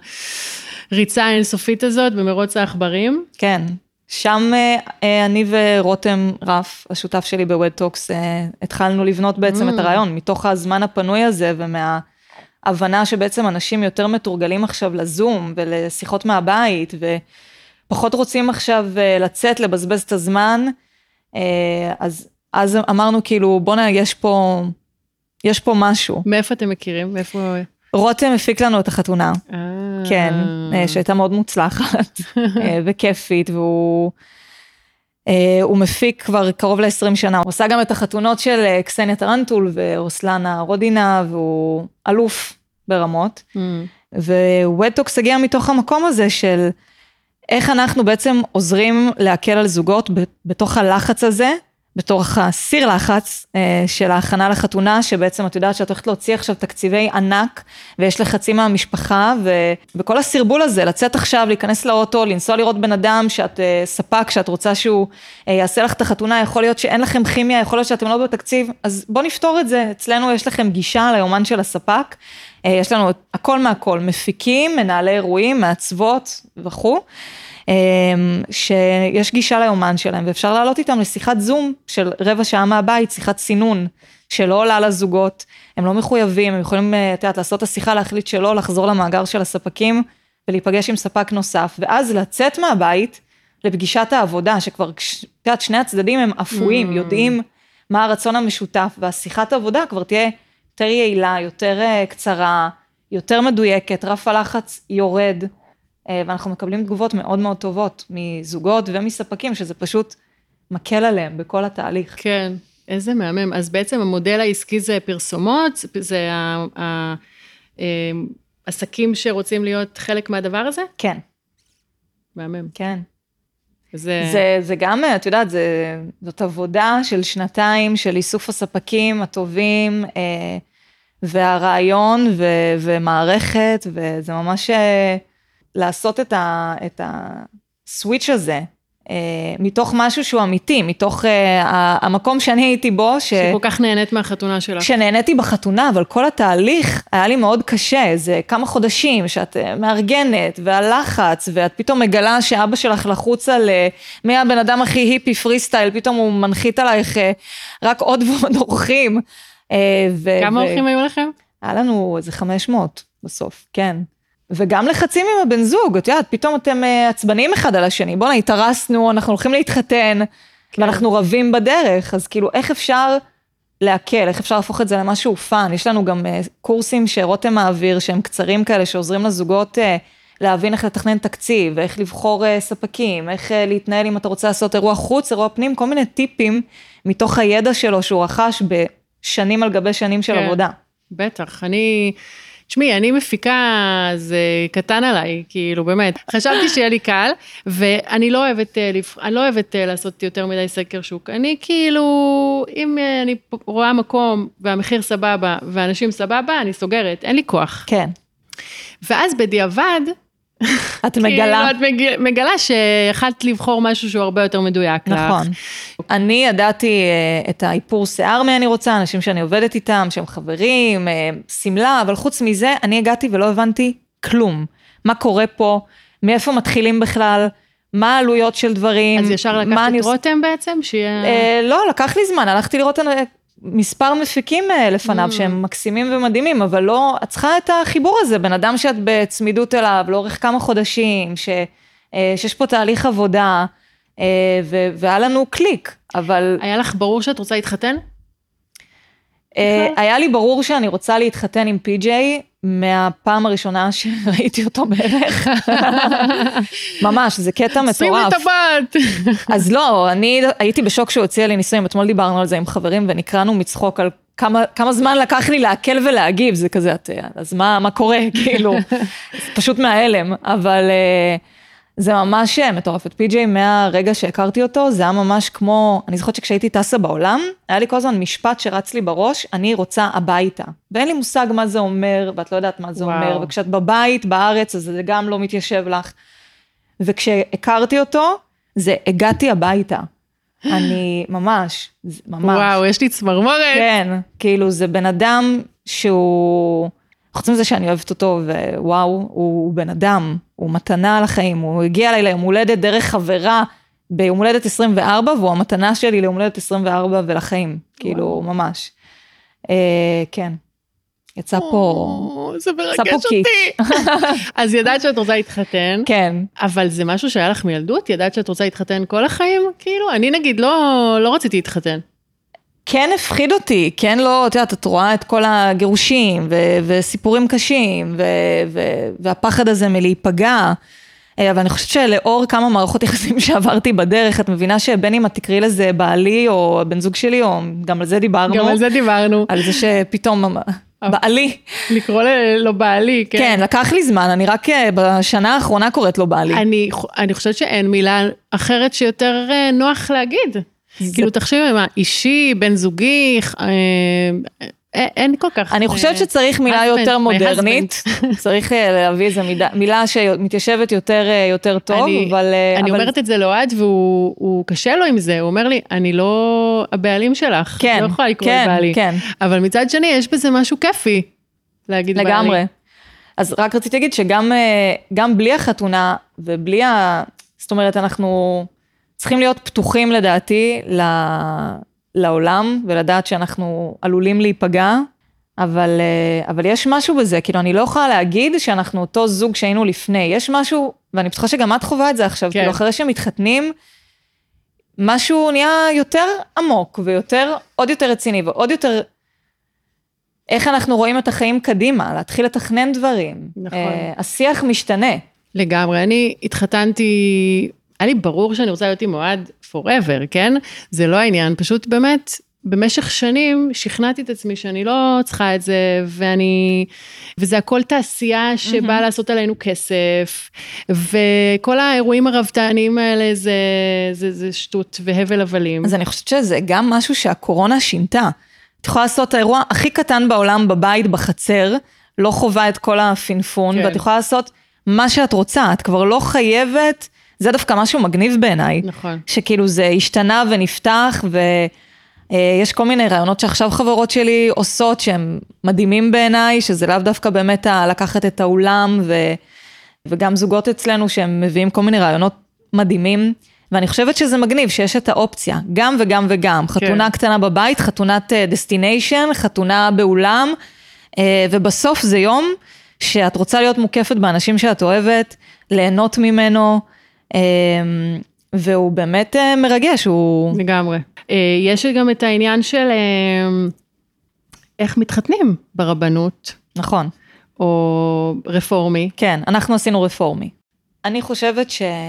הריצה האינסופית הזאת במרוץ העכברים. כן. שם אני ורותם רף, השותף שלי בוודטוקס, התחלנו לבנות בעצם את הרעיון, מתוך הזמן הפנוי הזה, ומההבנה שבעצם אנשים יותר מתורגלים עכשיו לזום, ולשיחות מהבית, ופחות רוצים עכשיו לצאת, לבזבז את הזמן, אז אמרנו כאילו, בוא יש פה משהו. מאיפה אתם מכירים? מאיפה... רותם הפיק לנו את החתונה, כן, שהייתה מאוד מוצלחת וכיפית, והוא מפיק כבר קרוב ל-20 שנה, הוא עושה גם את החתונות של קסניה טרנטול ורוסלנה רודינה, והוא אלוף ברמות, ווודטוקס הגיע מתוך המקום הזה של איך אנחנו בעצם עוזרים להקל על זוגות בתוך הלחץ הזה, בתוך הסיר לחץ של ההכנה לחתונה, שבעצם את יודעת שאת הולכת להוציא עכשיו תקציבי ענק, ויש לחצים מהמשפחה, וכל הסרבול הזה, לצאת עכשיו, להיכנס לאוטו, לנסוע לראות בן אדם, שאת ספק, שאת רוצה שהוא יעשה לך את החתונה, יכול להיות שאין לכם כימיה, יכול להיות שאתם לא בתקציב, אז בוא נפתור את זה, אצלנו יש לכם גישה ליומן של הספק, יש לנו הכל מהכל, מפיקים, מנהלי אירועים, מעצבות וכו', שיש גישה ליומן שלהם, ואפשר לעלות איתם לשיחת זום של רבע שעה מהבית, שיחת סינון, שלא עולה לזוגות, הם לא מחויבים, הם יכולים לעשות את השיחה, להחליט שלא, לחזור למאגר של הספקים, ולהיפגש עם ספק נוסף, ואז לצאת מהבית, לפגישת העבודה, שכבר שני הצדדים הם אפויים, יודעים מה הרצון המשותף, והשיחת העבודה כבר תהיה יותר יעילה, יותר קצרה, יותר מדויקת, רף הלחץ יורד, ואנחנו מקבלים תגובות מאוד מאוד טובות, מזוגות ומספקים, שזה פשוט מקל עליהם בכל התהליך. כן, איזה מהמם. אז בעצם המודל העסקי זה פרסומות, זה עסקים שרוצים להיות חלק מהדבר הזה? כן. מהמם. כן. זה גם, את יודעת, זאת עבודה של שנתיים, של איסוף הספקים הטובים, והרעיון ומערכת, וזה ממש לעשות את הסוויץ' הזה, מתוך משהו שהוא אמיתי, מתוך המקום שאני הייתי בו, שכל כך נהנית מהחתונה שלך. שנהניתי בחתונה, אבל כל התהליך היה לי מאוד קשה, זה כמה חודשים שאת מארגנת, והלחץ, ואת פתאום מגלה שאבא שלך לחוץ על מי הבן אדם הכי היפי פרי סטייל, פתאום הוא מנחית עלייך רק עוד ועוד אורחים. כמה אורחים היו לכם? היה לנו איזה 500 בסוף, כן. וגם לחצים עם הבן זוג, את יודעת, פתאום אתם עצבנים אחד על השני, בואו התארסנו, אנחנו הולכים להתחתן, כן. ואנחנו רבים בדרך, אז כאילו איך אפשר להקל, איך אפשר להפוך את זה למשהו פאן, יש לנו גם קורסים שרותם מעביר, שהם קצרים כאלה, שעוזרים לזוגות להבין איך לתכנן תקציב, איך לבחור ספקים, איך להתנהל אם אתה רוצה לעשות אירוע חוץ, אירוע פנים, כל מיני טיפים מתוך הידע שלו, שהוא רכש בשנים על גבי שנים של עבודה. בטח, אני מפיקה, זה קטן עליי, כאילו באמת, חשבתי שיהיה לי קל, ואני לא אוהבת לעשות יותר מדי סקר שוק, אני כאילו, אם אני רואה מקום, והמחיר סבבה, ואנשים סבבה, אני סוגרת, אין לי כוח. כן. ואז בדיעבד, את מגלה. כאילו, את מגלה שיכולת לבחור משהו שהוא הרבה יותר מדויק לך. נכון. אני ידעתי את האיפור שיער מי אני רוצה, אנשים שאני עובדת איתם, שהם חברים, סמלה, אבל חוץ מזה, אני הגעתי ולא הבנתי כלום. מה קורה פה, מאיפה מתחילים בכלל, מה העלויות של דברים. אז ישר לקחת את רותם בעצם? לא, לקח לי זמן, הלכתי לראות מספר מפיקים לפניו, שהם מקסימים ומדהימים, אבל לא, את צריכה את החיבור הזה, בן אדם שאת בצמידות אליו, לאורך כמה חודשים, שיש פה תהליך עבודה, והיה לנו קליק, אבל... היה לך ברור שאת רוצה להתחתן? היה לי ברור שאני רוצה להתחתן עם פי-ג'יי, מהפעם הראשונה שראיתי אותו בערך. ממש, זה קטע מטורף. שימי את הבת. אז לא, אני הייתי בשוק שהוא הציע לי ניסויים, אתמול דיברנו על זה עם חברים, ונקראנו מצחוק על כמה זמן לקח לי להקל ולהגיב, זה כזה, אז מה קורה, כאילו, פשוט מההלם, אבל זה ממש מטורף, את פי-ג'יי מהרגע שהכרתי אותו, זה היה ממש כמו, אני זוכרת שכשהייתי טסה בעולם, היה לי כל הזמן משפט שרץ לי בראש, אני רוצה הביתה, ואין לי מושג מה זה אומר, ואת לא יודעת מה זה אומר, וכשאת בבית, בארץ, אז זה גם לא מתיישב לך, וכשהכרתי אותו, זה הגעתי הביתה, אני ממש. וואו, יש לי צמרמורת. כן, כאילו זה בן אדם שהוא, חוץ מזה שאני אוהבת אותו, ווואו, הוא בן אדם, הוא מתנה על החיים, הוא הגיע אליי ליום הולדת דרך חברה, ביום הולדת 24, והוא המתנה שלי ליום הולדת 24 ולחיים, כאילו ממש. כן, יצא פה, זה מרגש אותי. אז ידעת שאת רוצה להתחתן. כן. אבל זה משהו שהיה לך מילדות? ידעת שאת רוצה להתחתן כל החיים? כאילו, אני נגיד לא רציתי להתחתן. כן הפחיד אותי, כן לא, את רואה את כל הגירושים, וסיפורים קשים, והפחד הזה מלהיפגע, אבל אני חושבת שלאור כמה מערכות יחסים שעברתי בדרך, את מבינה שבין אם את תקראי לזה בעלי, או בן זוג שלי, או גם על זה דיברנו. גם על זה דיברנו. על זה שפתאום בעלי. לקרוא לו בעלי, כן. כן, לקח לי זמן, אני רק בשנה האחרונה קוראת לו בעלי. אני חושבת שאין מילה אחרת שיותר נוח להגיד. כאילו תחשבי מה, אישי, בן זוגי, אין כל כך. אני חושבת שצריך מילה יותר מודרנית, צריך להביא איזו מילה שמתיישבת יותר טוב, אבל... אני אומרת את זה לאוהד, והוא קשה לו עם זה, הוא אומר לי, אני לא הבעלים שלך, כן, לא יכולה לקרוא לבעלי, אבל מצד שני יש בזה משהו כיפי. להגיד בעלי. לגמרי. אז רק רציתי להגיד שגם בלי החתונה, ובלי זאת אומרת, אנחנו צריכים להיות פתוחים לדעתי לעולם, ולדעת שאנחנו עלולים להיפגע, אבל יש משהו בזה, כאילו אני לא יכולה להגיד שאנחנו אותו זוג שהיינו לפני, יש משהו, ואני בטוחה שגם את חווה את זה עכשיו, כאילו אחרי שמתחתנים, משהו נהיה יותר עמוק, עוד יותר רציני, ועוד יותר, איך אנחנו רואים את החיים קדימה, להתחיל לתכנן דברים. נכון. השיח משתנה. לגמרי, אני התחתנתי, היה לי ברור שאני רוצה להיות עם אוהד forever, כן? זה לא העניין, פשוט באמת, במשך שנים שכנעתי את עצמי שאני לא צריכה את זה, וזה הכל תעשייה שבאה לעשות עלינו כסף, וכל האירועים הרבתניים האלה זה שטות והבל הבלים. אז אני חושבת שזה גם משהו שהקורונה שינתה. את יכולה לעשות את האירוע הכי קטן בעולם בבית, בחצר, לא חובה את כל הפינפון, ואת יכולה לעשות מה שאת רוצה, את כבר לא חייבת, זה דווקא משהו מגניב בעיניי. נכון. שכאילו זה השתנה ונפתח, יש כל מיני רעיונות שעכשיו חברות שלי עושות, שהם מדהימים בעיניי, שזה לאו דווקא באמת לקחת את האולם, וגם זוגות אצלנו שהם מביאים כל מיני רעיונות מדהימים, ואני חושבת שזה מגניב, שיש את האופציה, גם וגם וגם, חתונה קטנה בבית, חתונת דסטיניישן, חתונה באולם, ובסוף זה יום שאת רוצה להיות מוקפת באנשים שאת אוהבת, ליהנות ממנו, והוא באמת מרגש, הוא... לגמרי. יש גם את העניין של איך מתחתנים ברבנות. נכון. או רפורמי. כן, אנחנו עשינו רפורמי. אני חושבת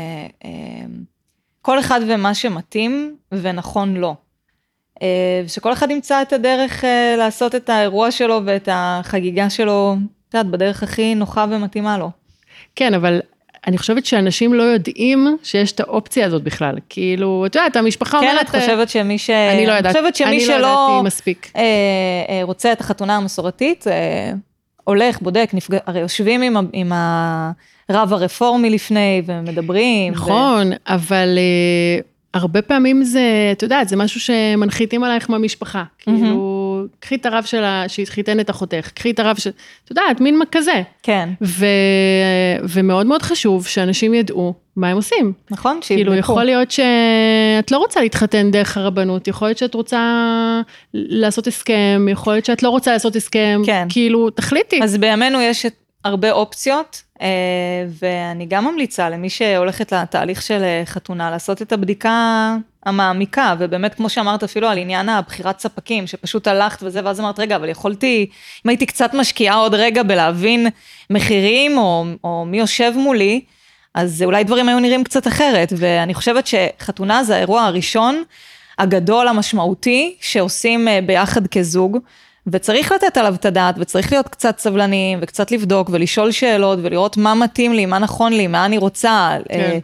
שכל אחד ומה שמתאים ונכון לו. שכל אחד ימצא את הדרך לעשות את האירוע שלו ואת החגיגה שלו, את יודעת, בדרך הכי נוחה ומתאימה לו. כן, אבל... אני חושבת שאנשים לא יודעים שיש את האופציה הזאת בכלל, כאילו, את יודעת, המשפחה אומרת... כן, את חושבת שמי אני לא יודעת, אני לא ידעתי מספיק. רוצה את החתונה המסורתית, הולך, בודק, הרי יושבים עם הרב הרפורמי לפני ומדברים. נכון, אבל הרבה פעמים זה, את יודעת, זה משהו שמנחיתים עלייך מהמשפחה, כאילו, קחי את הרב שהתחיתן את אחותך, קחי את הרב את יודעת, מין כזה. כן. ומאוד מאוד חשוב שאנשים ידעו מה הם עושים. נכון, שיבדקו. כאילו, יכול להיות שאת לא רוצה להתחתן דרך הרבנות, יכול להיות שאת רוצה לעשות הסכם, יכול להיות שאת לא רוצה לעשות הסכם, כן. כאילו, תחליטי. אז בימינו יש הרבה אופציות, ואני גם ממליצה למי שהולכת לתהליך של חתונה, לעשות את הבדיקה המעמיקה, ובאמת כמו שאמרת אפילו על עניין הבחירת ספקים, שפשוט הלכת וזה, ואז אמרת, רגע, אבל יכולתי, אם הייתי קצת משקיעה עוד רגע בלהבין מחירים, או מי יושב מולי, אז אולי דברים היו נראים קצת אחרת, ואני חושבת שחתונה זה האירוע הראשון, הגדול, המשמעותי, שעושים ביחד כזוג, וצריך לתת עליו את הדעת, וצריך להיות קצת סבלניים, וקצת לבדוק, ולשאול שאלות, ולראות מה מתאים לי, מה נכון לי, מה אני רוצה,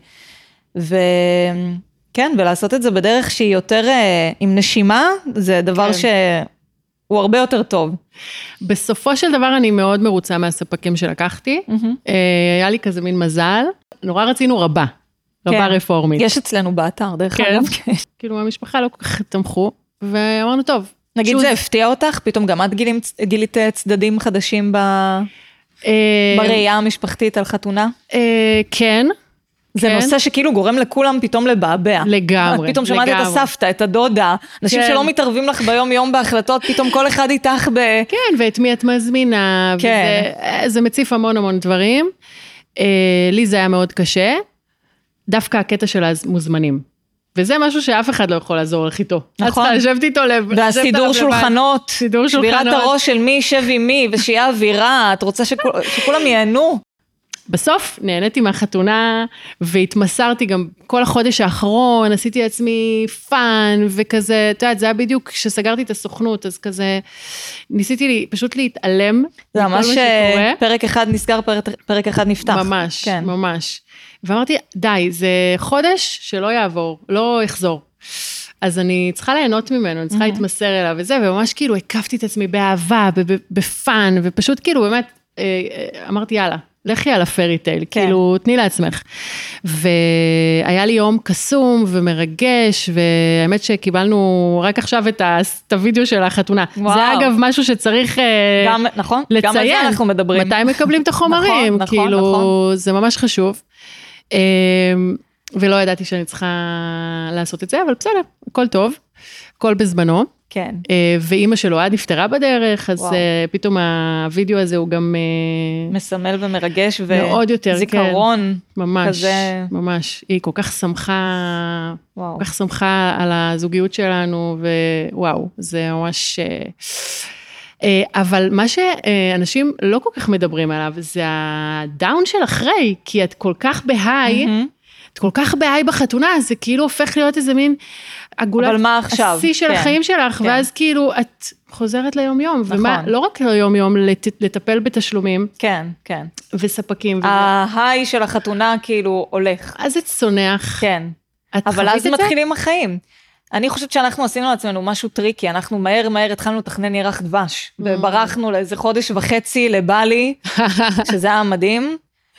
כן, ולעשות את זה בדרך שהיא יותר עם נשימה, זה דבר שהוא הרבה יותר טוב. בסופו של דבר אני מאוד מרוצה מהספקים שלקחתי, היה לי כזה מין מזל, נורא רצינו רבה רפורמית. יש אצלנו באתר, דרך אגב. כאילו המשפחה לא כל כך תמכו, ואמרנו טוב. נגיד זה הפתיע אותך, פתאום גם את גילית צדדים חדשים בראייה המשפחתית על חתונה? כן. זה נושא שכאילו גורם לכולם פתאום לבעבע. לגמרי. פתאום שמעת את הסבתא, את הדודה, אנשים שלא מתערבים לך ביום יום בהחלטות, פתאום כל אחד איתך כן, ואת מי את מזמינה, זה מציף המון המון דברים. לי זה היה מאוד קשה, דווקא הקטע של המוזמנים. וזה משהו שאף אחד לא יכול לעזור לך איתו. נכון. את צריכה לשבת איתו לב. והסידור שולחנות, שבירת הראש של מי יישב עם מי, ושיהיה אווירה, את רוצה שכולם ייהנו. בסוף נהניתי מהחתונה, והתמסרתי גם כל החודש האחרון, עשיתי לעצמי פאן, וכזה, אתה יודעת, זה היה בדיוק כשסגרתי את הסוכנות, אז כזה, ניסיתי פשוט להתעלם. זה ממש פרק אחד נסגר, פרק אחד נפתח. ממש, כן. ממש. ואמרתי, די, זה חודש שלא יעבור, לא יחזור. אז אני צריכה ליהנות ממנו, אני צריכה להתמסר אליו וזה, וממש כאילו הקפתי את עצמי באהבה, בפאן, ופשוט כאילו באמת, אמרתי יאללה, לכי על הפרי טייל, כאילו, תני לעצמך. והיה לי יום קסום ומרגש, והאמת שקיבלנו רק עכשיו את הוידאו של החתונה. זה אגב משהו שצריך נכון, לציין. גם על זה אנחנו מדברים. מתי מקבלים את החומרים, כאילו, זה ממש חשוב. ולא ידעתי שאני צריכה לעשות את זה, אבל בסדר, הכל טוב, הכל בזמנו. כן. ואימא שלו עד נפטרה בדרך, אז פתאום הווידאו הזה הוא גם מסמל ומרגש, מאוד יותר, זיכרון. ממש, כזה. ממש. היא כל כך שמחה, כל כך שמחה על הזוגיות שלנו, ווואו, זה ממש... אבל מה שאנשים לא כל כך מדברים עליו, זה הדאון של אחרי, כי את כל כך בהיי, את כל כך בהיי בחתונה, זה כאילו הופך להיות איזה מין עגולת השיא של החיים שלך, ואז כאילו את חוזרת ליום יום, ומה, לא רק ליום יום, לטפל בתשלומים. כן, כן. וספקים. ההיי של החתונה כאילו הולך. אז את צונח. כן. אבל אז מתחילים החיים. אני חושבת שאנחנו עשינו לעצמנו משהו טריקי, אנחנו מהר התחלנו לתכנן ירח דבש, וברחנו לאיזה חודש וחצי לבלי, שזה היה מדהים.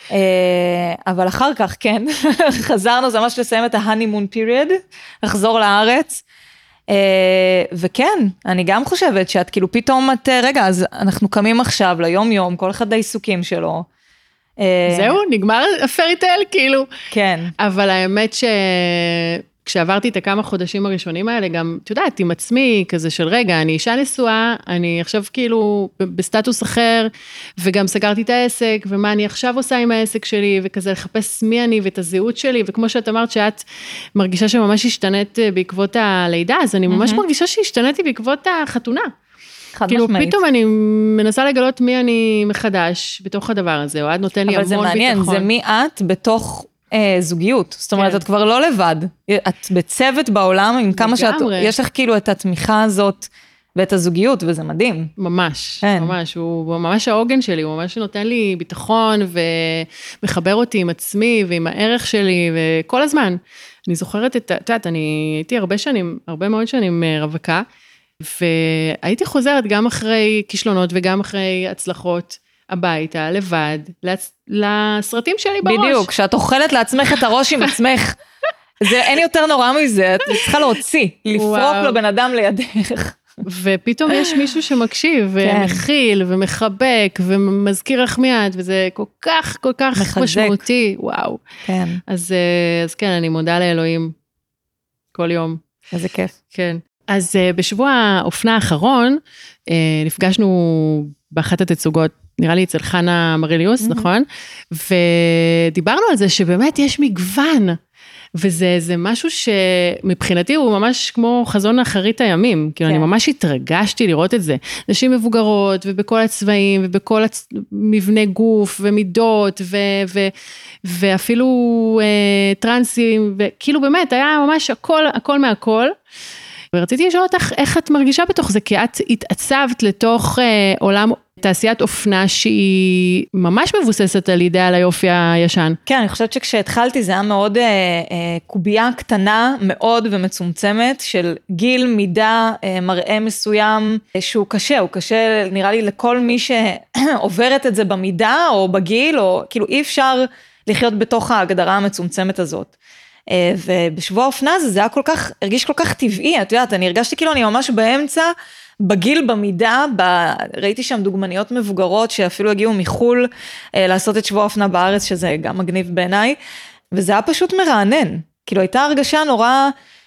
אבל אחר כך, כן, חזרנו, זה ממש לסיים את ה-honeymoon period, לחזור לארץ, וכן, אני גם חושבת שאת כאילו פתאום רגע, אז אנחנו קמים עכשיו ליום יום, כל אחד העיסוקים שלו. זהו, נגמר הפרי טייל, כאילו. כן. אבל האמת כשעברתי את הכמה חודשים הראשונים האלה, גם, את יודעת, עם עצמי, כזה של רגע, אני אישה נשואה, אני עכשיו כאילו בסטטוס אחר, וגם סגרתי את העסק, ומה אני עכשיו עושה עם העסק שלי, וכזה לחפש מי אני ואת הזהות שלי, וכמו שאת אמרת שאת מרגישה שממש השתנית בעקבות הלידה, אז אני ממש מרגישה שהשתניתי בעקבות החתונה. כאילו פתאום אני מנסה לגלות מי אני מחדש בתוך הדבר הזה, או את נותן לי המון ביטחון. אבל זה מעניין, זה מי את בתוך זוגיות, זאת אומרת, את כבר לא לבד, את בצוות בעולם, עם כמה יש לך כאילו את התמיכה הזאת, ואת הזוגיות, וזה מדהים. ממש, ממש, הוא ממש העוגן שלי, הוא ממש נותן לי ביטחון, ומחבר אותי עם עצמי, ועם הערך שלי, וכל הזמן. אני זוכרת את יודעת, אני הייתי הרבה מאוד שנים רווקה, והייתי חוזרת גם אחרי כישלונות, וגם אחרי הצלחות, הביתה, לבד, לסרטים שלי בראש. בדיוק, כשאת אוכלת לעצמך את הראש עם עצמך, אין יותר נורא מזה, את צריכה להוציא, לפרוק לבן אדם לידך. ופתאום יש מישהו שמקשיב, ומכיל, ומחבק, ומזכיר לך מיד, וזה כל כך, כל כך משמעותי, וואו. כן. אז כן, אני מודה לאלוהים, כל יום. איזה כיף. כן. אז בשבוע האופנה האחרון, נפגשנו באחת התצוגות, נראה לי אצל חנה מריליוס, נכון? ודיברנו על זה שבאמת יש מגוון, וזה משהו שמבחינתי הוא ממש כמו חזון אחרית הימים, כאילו אני ממש התרגשתי לראות את זה, נשים מבוגרות ובכל הצבעים ובכל מבנה גוף ומידות ואפילו טרנסים, וכאילו באמת היה ממש הכל מהכל, ורציתי לשאול אותך איך את מרגישה בתוך זה, כי את התעצבת לתוך עולם תעשיית אופנה שהיא ממש מבוססת על אידאה על היופי הישן. כן, אני חושבת שכשהתחלתי זה היה מאוד קובייה קטנה מאוד ומצומצמת של גיל, מידה, מראה מסוים שהוא קשה, הוא קשה נראה לי לכל מי שעוברת את זה במידה או בגיל, או כאילו אי אפשר לחיות בתוך ההגדרה המצומצמת הזאת. ובשבוע האופנה הזה, זה היה הרגיש כל כך טבעי, את יודעת, אני הרגשתי כאילו אני ממש באמצע, בגיל, במידה, ראיתי שם דוגמניות מבוגרות, שאפילו הגיעו מחול, לעשות את שבוע האופנה בארץ, שזה גם מגניב בעיניי, וזה היה פשוט מרענן, כאילו הייתה הרגשה נורא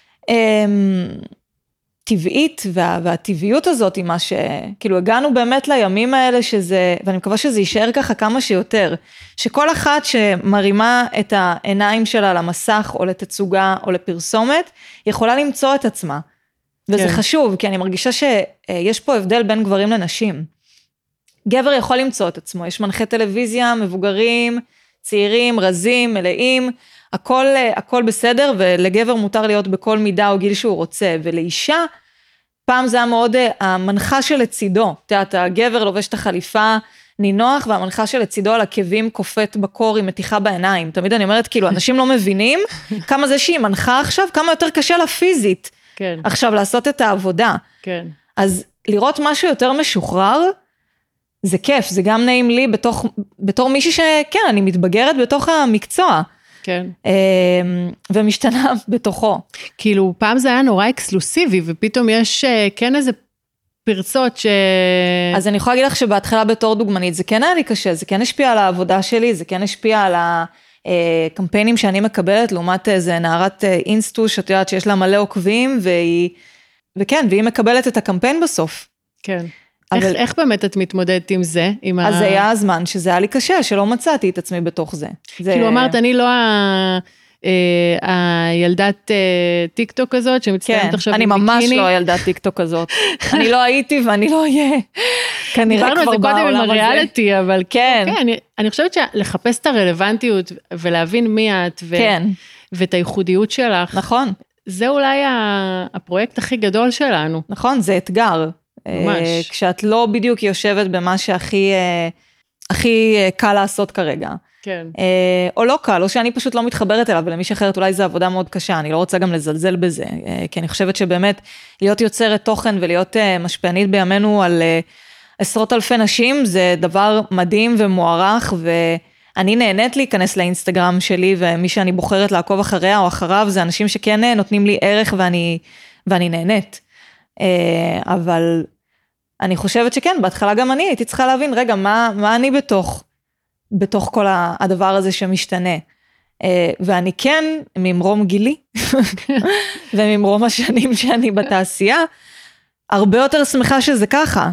טבעית, והטבעיות הזאת, עם מה כאילו הגענו באמת לימים האלה, ואני מקווה שזה יישאר ככה כמה שיותר, שכל אחת שמרימה את העיניים שלה למסך, או לתצוגה, או לפרסומת, יכולה למצוא את עצמה. וזה חשוב, כי אני מרגישה שיש פה הבדל בין גברים לנשים. גבר יכול למצוא את עצמו, יש מנחי טלוויזיה, מבוגרים, צעירים, רזים, מלאים, הכל בסדר, ולגבר מותר להיות בכל מידה או גיל שהוא רוצה, ולאישה, פעם זה היה מאוד המנחה שלצידו, הגבר לובש את החליפה נינוח, והמנחה שלצידו על עקבים קופאת בקור עם מתיחה בעיניים. תמיד אני אומרת, כאילו, אנשים לא מבינים כמה זה שהיא מנחה עכשיו, כמה יותר קשה לה פיזית. כן. עכשיו לעשות את העבודה. כן. אז לראות משהו יותר משוחרר, זה כיף, זה גם נעים לי בתור מישהי שכן, אני מתבגרת בתוך המקצוע. כן. ומשתנה בתוכו. כאילו, פעם זה היה נורא אקסקלוסיבי, ופתאום יש כן איזה פרצות אז אני יכולה להגיד לך שבהתחלה בתור דוגמנית, זה כן היה לי קשה, זה כן השפיע על העבודה שלי, זה כן השפיע על הקמפיינים שאני מקבלת, לעומת איזה נערת אינסטו, שאת יודעת שיש לה מלא עוקבים, והיא מקבלת את הקמפיין בסוף. כן. איך באמת את מתמודדת עם זה? אז זה היה הזמן שזה היה לי קשה, שלא מצאתי את עצמי בתוך זה. כאילו אמרת, אני לא הילדת טיק טוק הזאת, שמצטיינת עכשיו בביקיני. אני ממש לא הילדת טיק טוק הזאת. אני לא הייתי ואני לא אהיה. כנראה כבר בעולם הזה. דיברנו על זה קודם עם הריאליטי, אבל כן, אני חושבת שלחפש את הרלוונטיות, ולהבין מי את, ואת הייחודיות שלך. נכון. זה אולי הפרויקט הכי גדול שלנו. נכון, זה אתגר. ממש. כשאת לא בדיוק יושבת במה שהכי קל לעשות כרגע. כן. או לא קל, או שאני פשוט לא מתחברת אליו, ולמי שאחרת אולי זו עבודה מאוד קשה, אני לא רוצה גם לזלזל בזה, כי אני חושבת שבאמת להיות יוצרת תוכן ולהיות משפיענית בימינו על עשרות אלפי נשים, זה דבר מדהים ומוערך, ואני נהנית להיכנס לאינסטגרם שלי, ומי שאני בוחרת לעקוב אחריה או אחריו, זה אנשים שכן נותנים לי ערך ואני נהנית. אבל אני חושבת שכן, בהתחלה גם אני הייתי צריכה להבין, רגע, מה אני בתוך כל הדבר הזה שמשתנה. ואני כן, ממרום גילי, וממרום השנים שאני בתעשייה, הרבה יותר שמחה שזה ככה,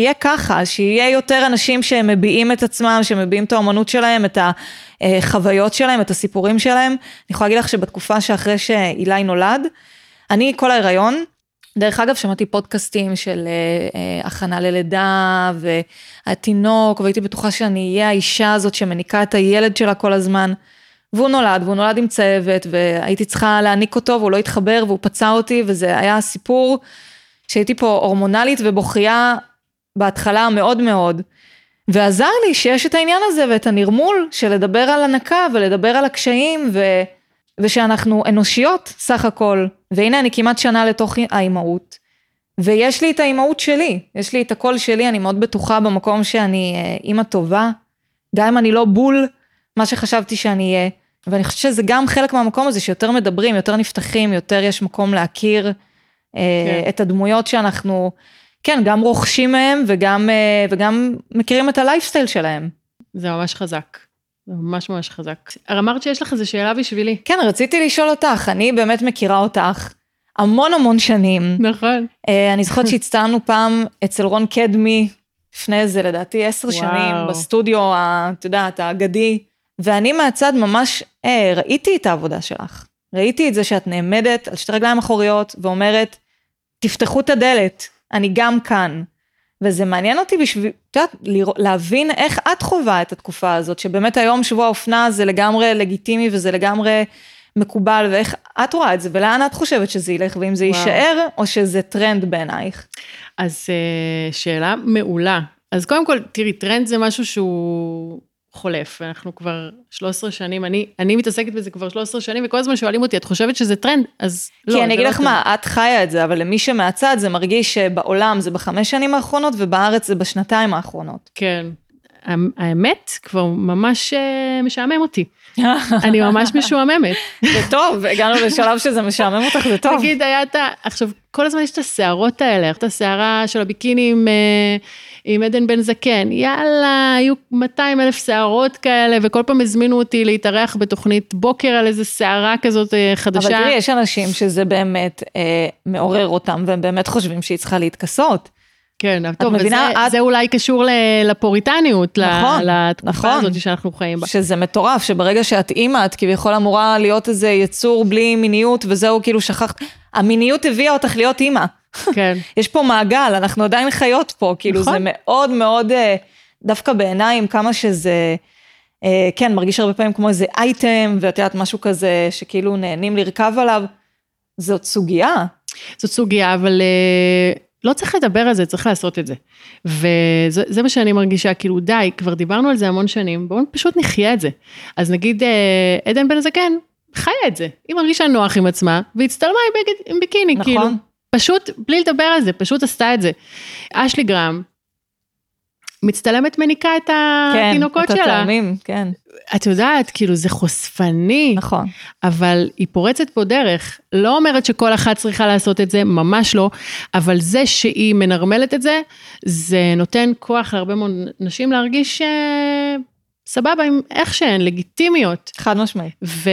שיהיה יותר אנשים שמביעים את עצמם, שמביעים את האמנות שלהם, את החוויות שלהם, את הסיפורים שלהם. אני יכולה להגיד לך שבתקופה שאחרי שאילי נולד, אני כל ההיריון, דרך אגב, שמעתי פודקאסטים של הכנה ללידה והתינוק, והייתי בטוחה שאני אהיה האישה הזאת שמניקה את הילד שלה כל הזמן, והוא נולד עם צהבת, והייתי צריכה להניק אותו, והוא לא התחבר, והוא פצע אותי, וזה היה סיפור שהייתי פה הורמונלית ובוכייה בהתחלה מאוד מאוד, ועזר לי שיש את העניין הזה, ואת הנרמול של לדבר על הנקה, ולדבר על הקשיים, ושאנחנו אנושיות סך הכל, והנה אני כמעט שנה לתוך האימהות, ויש לי את האימהות שלי, יש לי את הקול שלי, אני מאוד בטוחה במקום שאני אימא טובה, גם אם אני לא בול מה שחשבתי שאני אהיה, ואני חושבת שזה גם חלק מהמקום הזה, שיותר מדברים, יותר נפתחים, יותר יש מקום להכיר את הדמויות שאנחנו, כן, גם רוכשים מהם, וגם מכירים את הלייפסטייל שלהם. זה ממש חזק. זה ממש ממש חזק. אמרת שיש לך איזו שאלה בשבילי. כן, רציתי לשאול אותך, אני באמת מכירה אותך המון שנים. נכון. אני זוכרת שהצטענו פעם אצל רון קדמי, לפני איזה לדעתי 10 שנים, בסטודיו, את יודעת, האגדי, ואני מהצד ממש ראיתי את העבודה שלך. ראיתי את זה שאת נעמדת על 2 רגליים אחוריות, ואומרת, תפתחו את הדלת, אני גם כאן. וזה מעניין אותי בשביל, את יודעת, להבין איך את חובה את התקופה הזאת, שבאמת היום שבוע האופנה זה לגמרי לגיטימי, וזה לגמרי מקובל, ואיך את רואה את זה, ולאן את חושבת שזה ילך, ואם זה יישאר, או שזה טרנד בעינייך? אז שאלה מעולה. אז קודם כל, תראי, טרנד זה משהו שהוא חולף, אנחנו כבר 13 שנים, אני מתעסקת בזה כבר 13 שנים, וכל הזמן שואלים אותי, את חושבת שזה טרנד? אז לא. כי אני אגיד לך מה, את חיה את זה, אבל למי שמהצד זה מרגיש שבעולם זה ב5 שנים האחרונות, ובארץ זה בשנתיים האחרונות. כן. האמת כבר ממש משעמם אותי. אני ממש משועממת. זה טוב, הגענו לשלב שזה משעמם אותך, זה טוב. תגיד, עכשיו, כל הזמן יש את השערות האלה, את השערה של הביקיני עם עדן בן זקן, יאללה, היו 200,000 שערות כאלה, וכל פעם הזמינו אותי להתארח בתוכנית בוקר על איזו שערה כזאת חדשה. אבל תראי, יש אנשים שזה באמת מעורר אותם, והם באמת חושבים שהיא צריכה להתכסות. כן, טוב, וזה אולי קשור לפוריטניות, לתקופה נכון, הזאת שאנחנו חיים בה. שזה מטורף, שברגע שאת אימא, את כביכול אמורה להיות איזה יצור בלי מיניות, וזהו כאילו שכחת, המיניות הביאה אותך להיות אימא. כן. יש פה מעגל, אנחנו עדיין חיות פה, כאילו זה מאוד מאוד, דווקא בעיניים, כמה שזה, כן, מרגיש הרבה פעמים כמו איזה אייטם, ואת יודעת משהו כזה, שכאילו נהנים לרכב עליו, זאת סוגיה. זאת סוגיה, אבל לא צריך לדבר על זה, צריך לעשות את זה. וזה מה שאני מרגישה, כאילו די, כבר דיברנו על זה המון שנים, בואו פשוט נחיה את זה. אז נגיד, עדן בן זקן, חיה את זה. היא מרגישה נוח עם עצמה, והצטלמה עם ביקיני, נכון. כאילו. פשוט, בלי לדבר על זה, פשוט עשתה את זה. אשלי גרם, מצטלמת מניקה את התינוקות שלה. כן, את התאומים, כן. את יודעת, כאילו זה חושפני. נכון. אבל היא פורצת פה דרך. לא אומרת שכל אחת צריכה לעשות את זה, ממש לא. אבל זה שהיא מנרמלת את זה, זה נותן כוח להרבה מאוד נשים להרגיש סבבה עם איך שהן, לגיטימיות. חד משמעי.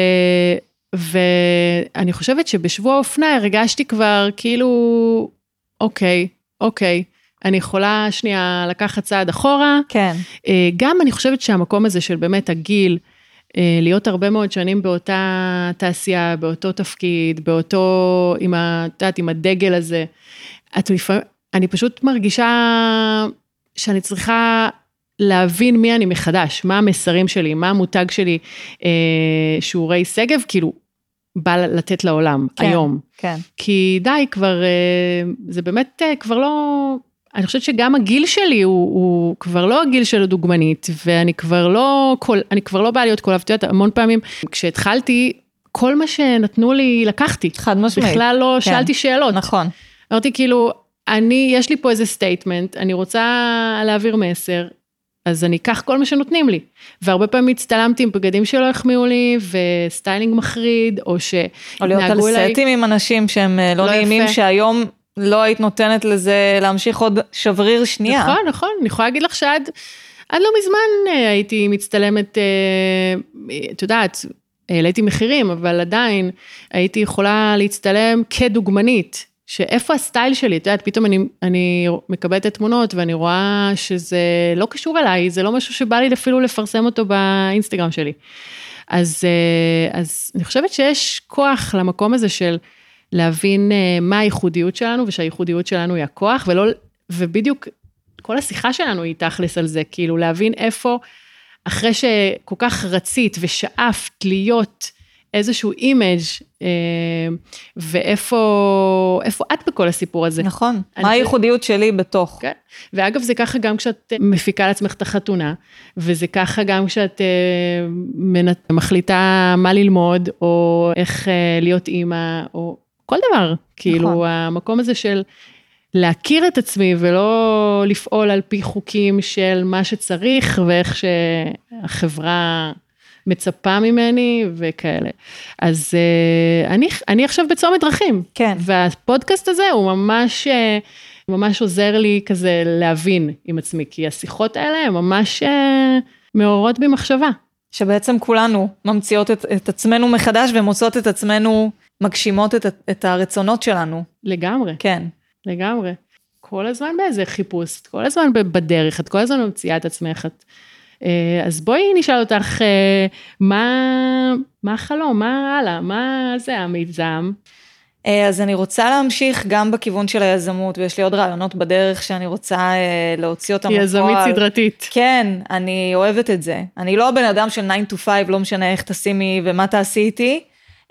ואני חושבת שבשבוע האופנה הרגשתי כבר כאילו, אוקיי. אני יכולה שנייה לקחת צעד אחורה. כן. גם אני חושבת שהמקום הזה של באמת הגיל, להיות הרבה מאוד שנים באותה תעשייה, באותו תפקיד, באותו, עם הדגל הזה, אני פשוט מרגישה שאני צריכה להבין מי אני מחדש, מה המסרים שלי, מה המותג שלי, שיעורי סגב, כאילו, בא לתת לעולם, כן, היום. כן. כי די, כבר, זה באמת כבר לא, אני חושבת שגם הגיל שלי הוא כבר לא הגיל של הדוגמנית, ואני כבר לא באה להיות קולבתיות, המון פעמים, כשהתחלתי, כל מה שנתנו לי לקחתי. חד משמעית. בכלל לא כן. שאלתי שאלות. נכון. אמרתי כאילו, יש לי פה איזה סטייטמנט, אני רוצה להעביר מסר, אז אני אקח כל מה שנותנים לי, והרבה פעמים הצטלמתי עם בגדים שלא החמיאו לי, וסטיילינג מחריד, או להיות על סטים עם אנשים שהם לא נעימים, שהיום לא היית נותנת לזה להמשיך עוד שבריר שנייה. נכון, אני יכולה להגיד לך שעד לא מזמן הייתי מצטלמת, את יודעת, העליתי מחירים, אבל עדיין הייתי יכולה להצטלם כדוגמנית, שאיפה הסטייל שלי, את יודעת, פתאום אני מקבלת את תמונות, ואני רואה שזה לא קשור אליי, זה לא משהו שבא לי אפילו לפרסם אותו באינסטגרם שלי. אז אני חושבת שיש כוח למקום הזה של להבין מה הייחודיות שלנו, ושהייחודיות שלנו היא הכוח, ובדיוק כל השיחה שלנו היא תכלס על זה, כאילו להבין איפה, אחרי שכל כך רצית ושאפת להיות איזשהו אימג' ואיפה את בכל הסיפור הזה. נכון, מה הייחודיות שלי בתוך. כן, ואגב זה ככה גם כשאת מפיקה לעצמך את החתונה, וזה ככה גם כשאת מחליטה מה ללמוד, או איך להיות אימא, או כל דבר, כאילו המקום הזה של להכיר את עצמי, ולא לפעול על פי חוקים של מה שצריך, ואיך שהחברה מצפה ממני וכאלה. אז אני עכשיו בצומת דרכים. כן. והפודקאסט הזה הוא ממש עוזר לי כזה להבין עם עצמי, כי השיחות האלה הן ממש מעוררות בי מחשבה. שבעצם כולנו ממציאות את עצמנו מחדש, ומוצאות את עצמנו מגשימות את הרצונות שלנו. לגמרי. כן. לגמרי. כל הזמן באיזה חיפוש, כל הזמן בדרך, את כל הזמן ממציאה את עצמך. אז בואי נשאל אותך, מה החלום, מה הלאה, מה זה המיזם? אז אני רוצה להמשיך גם בכיוון של היזמות, ויש לי עוד רעיונות בדרך שאני רוצה להוציא אותם בפועל. יזמית סדרתית. כן, אני אוהבת את זה. אני לא בן אדם של 9 to 5, לא משנה איך תשימי ומה תעשי איתי,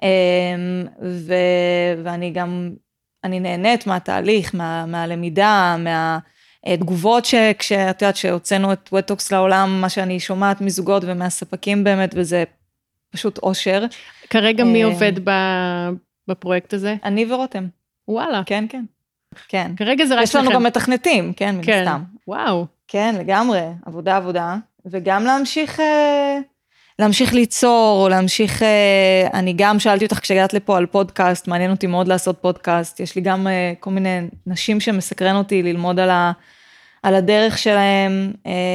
ואני גם, אני נהנית מהתהליך, מהלמידה, מהתגובות כשאת יודעת שהוצאנו את וטוקס לעולם, מה שאני שומעת מזוגות ומהספקים באמת, וזה פשוט אושר. כרגע מי עובד בפרויקט הזה? אני ורותם. וואלה. כן, כן. כן. כרגע זה רק יש לנו גם מתכנתים, כן, מן סתם. וואו. כן, לגמרי, עבודה, וגם להמשיך ליצור, או להמשיך, אני גם שאלתי אותך כשהגעת לפה על פודקאסט, מעניין אותי מאוד לעשות פודקאסט, יש לי גם כל מיני נשים שמסקרן אותי ללמוד על הדרך שלהם,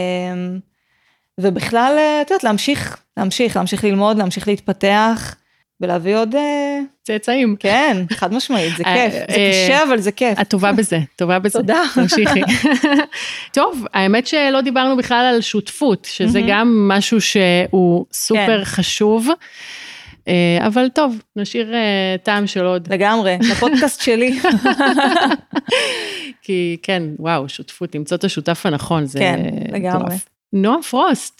ובכלל, את יודעת, להמשיך ללמוד, להמשיך להתפתח, ולהביא עוד צאצאים. כן, חד משמעית, זה כיף, זה קשה, אבל זה כיף. את טובה בזה. תודה. תמשיכי. טוב, האמת שלא דיברנו בכלל על שותפות, שזה גם משהו שהוא סופר חשוב, אבל טוב, נשאיר טעם של עוד. לגמרי, לפודקאסט שלי. כי כן, וואו, שותפות, למצוא את השותף הנכון, זה כן, לגמרי. נועה פרוסט.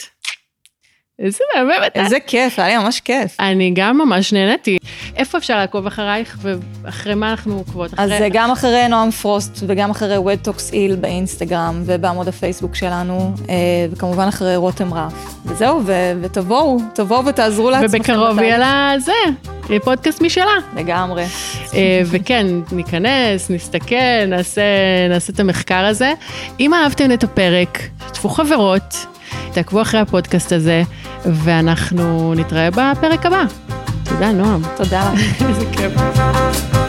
איזה כיף, היה לי ממש כיף. אני גם ממש נהניתי. איפה אפשר לעקוב אחרייך, ואחרי מה אנחנו עוקבות? אז זה גם אחרי נועם פרוסט, וגם אחרי וטוקס איל באינסטגרם, ובעמוד הפייסבוק שלנו, וכמובן אחרי רותם רף. וזהו, ותבואו ותעזרו לעצמכם. ובקרוב יהיה לה זה, פודקאסט משלה. לגמרי. וכן, ניכנס, נסתכל, נעשה את המחקר הזה. אם אהבתם את הפרק, שתפו חברות, תעקבו אחרי הפודקאסט הזה, ואנחנו נתראה בפרק הבא. תודה, נועם. תודה לך. איזה כיף.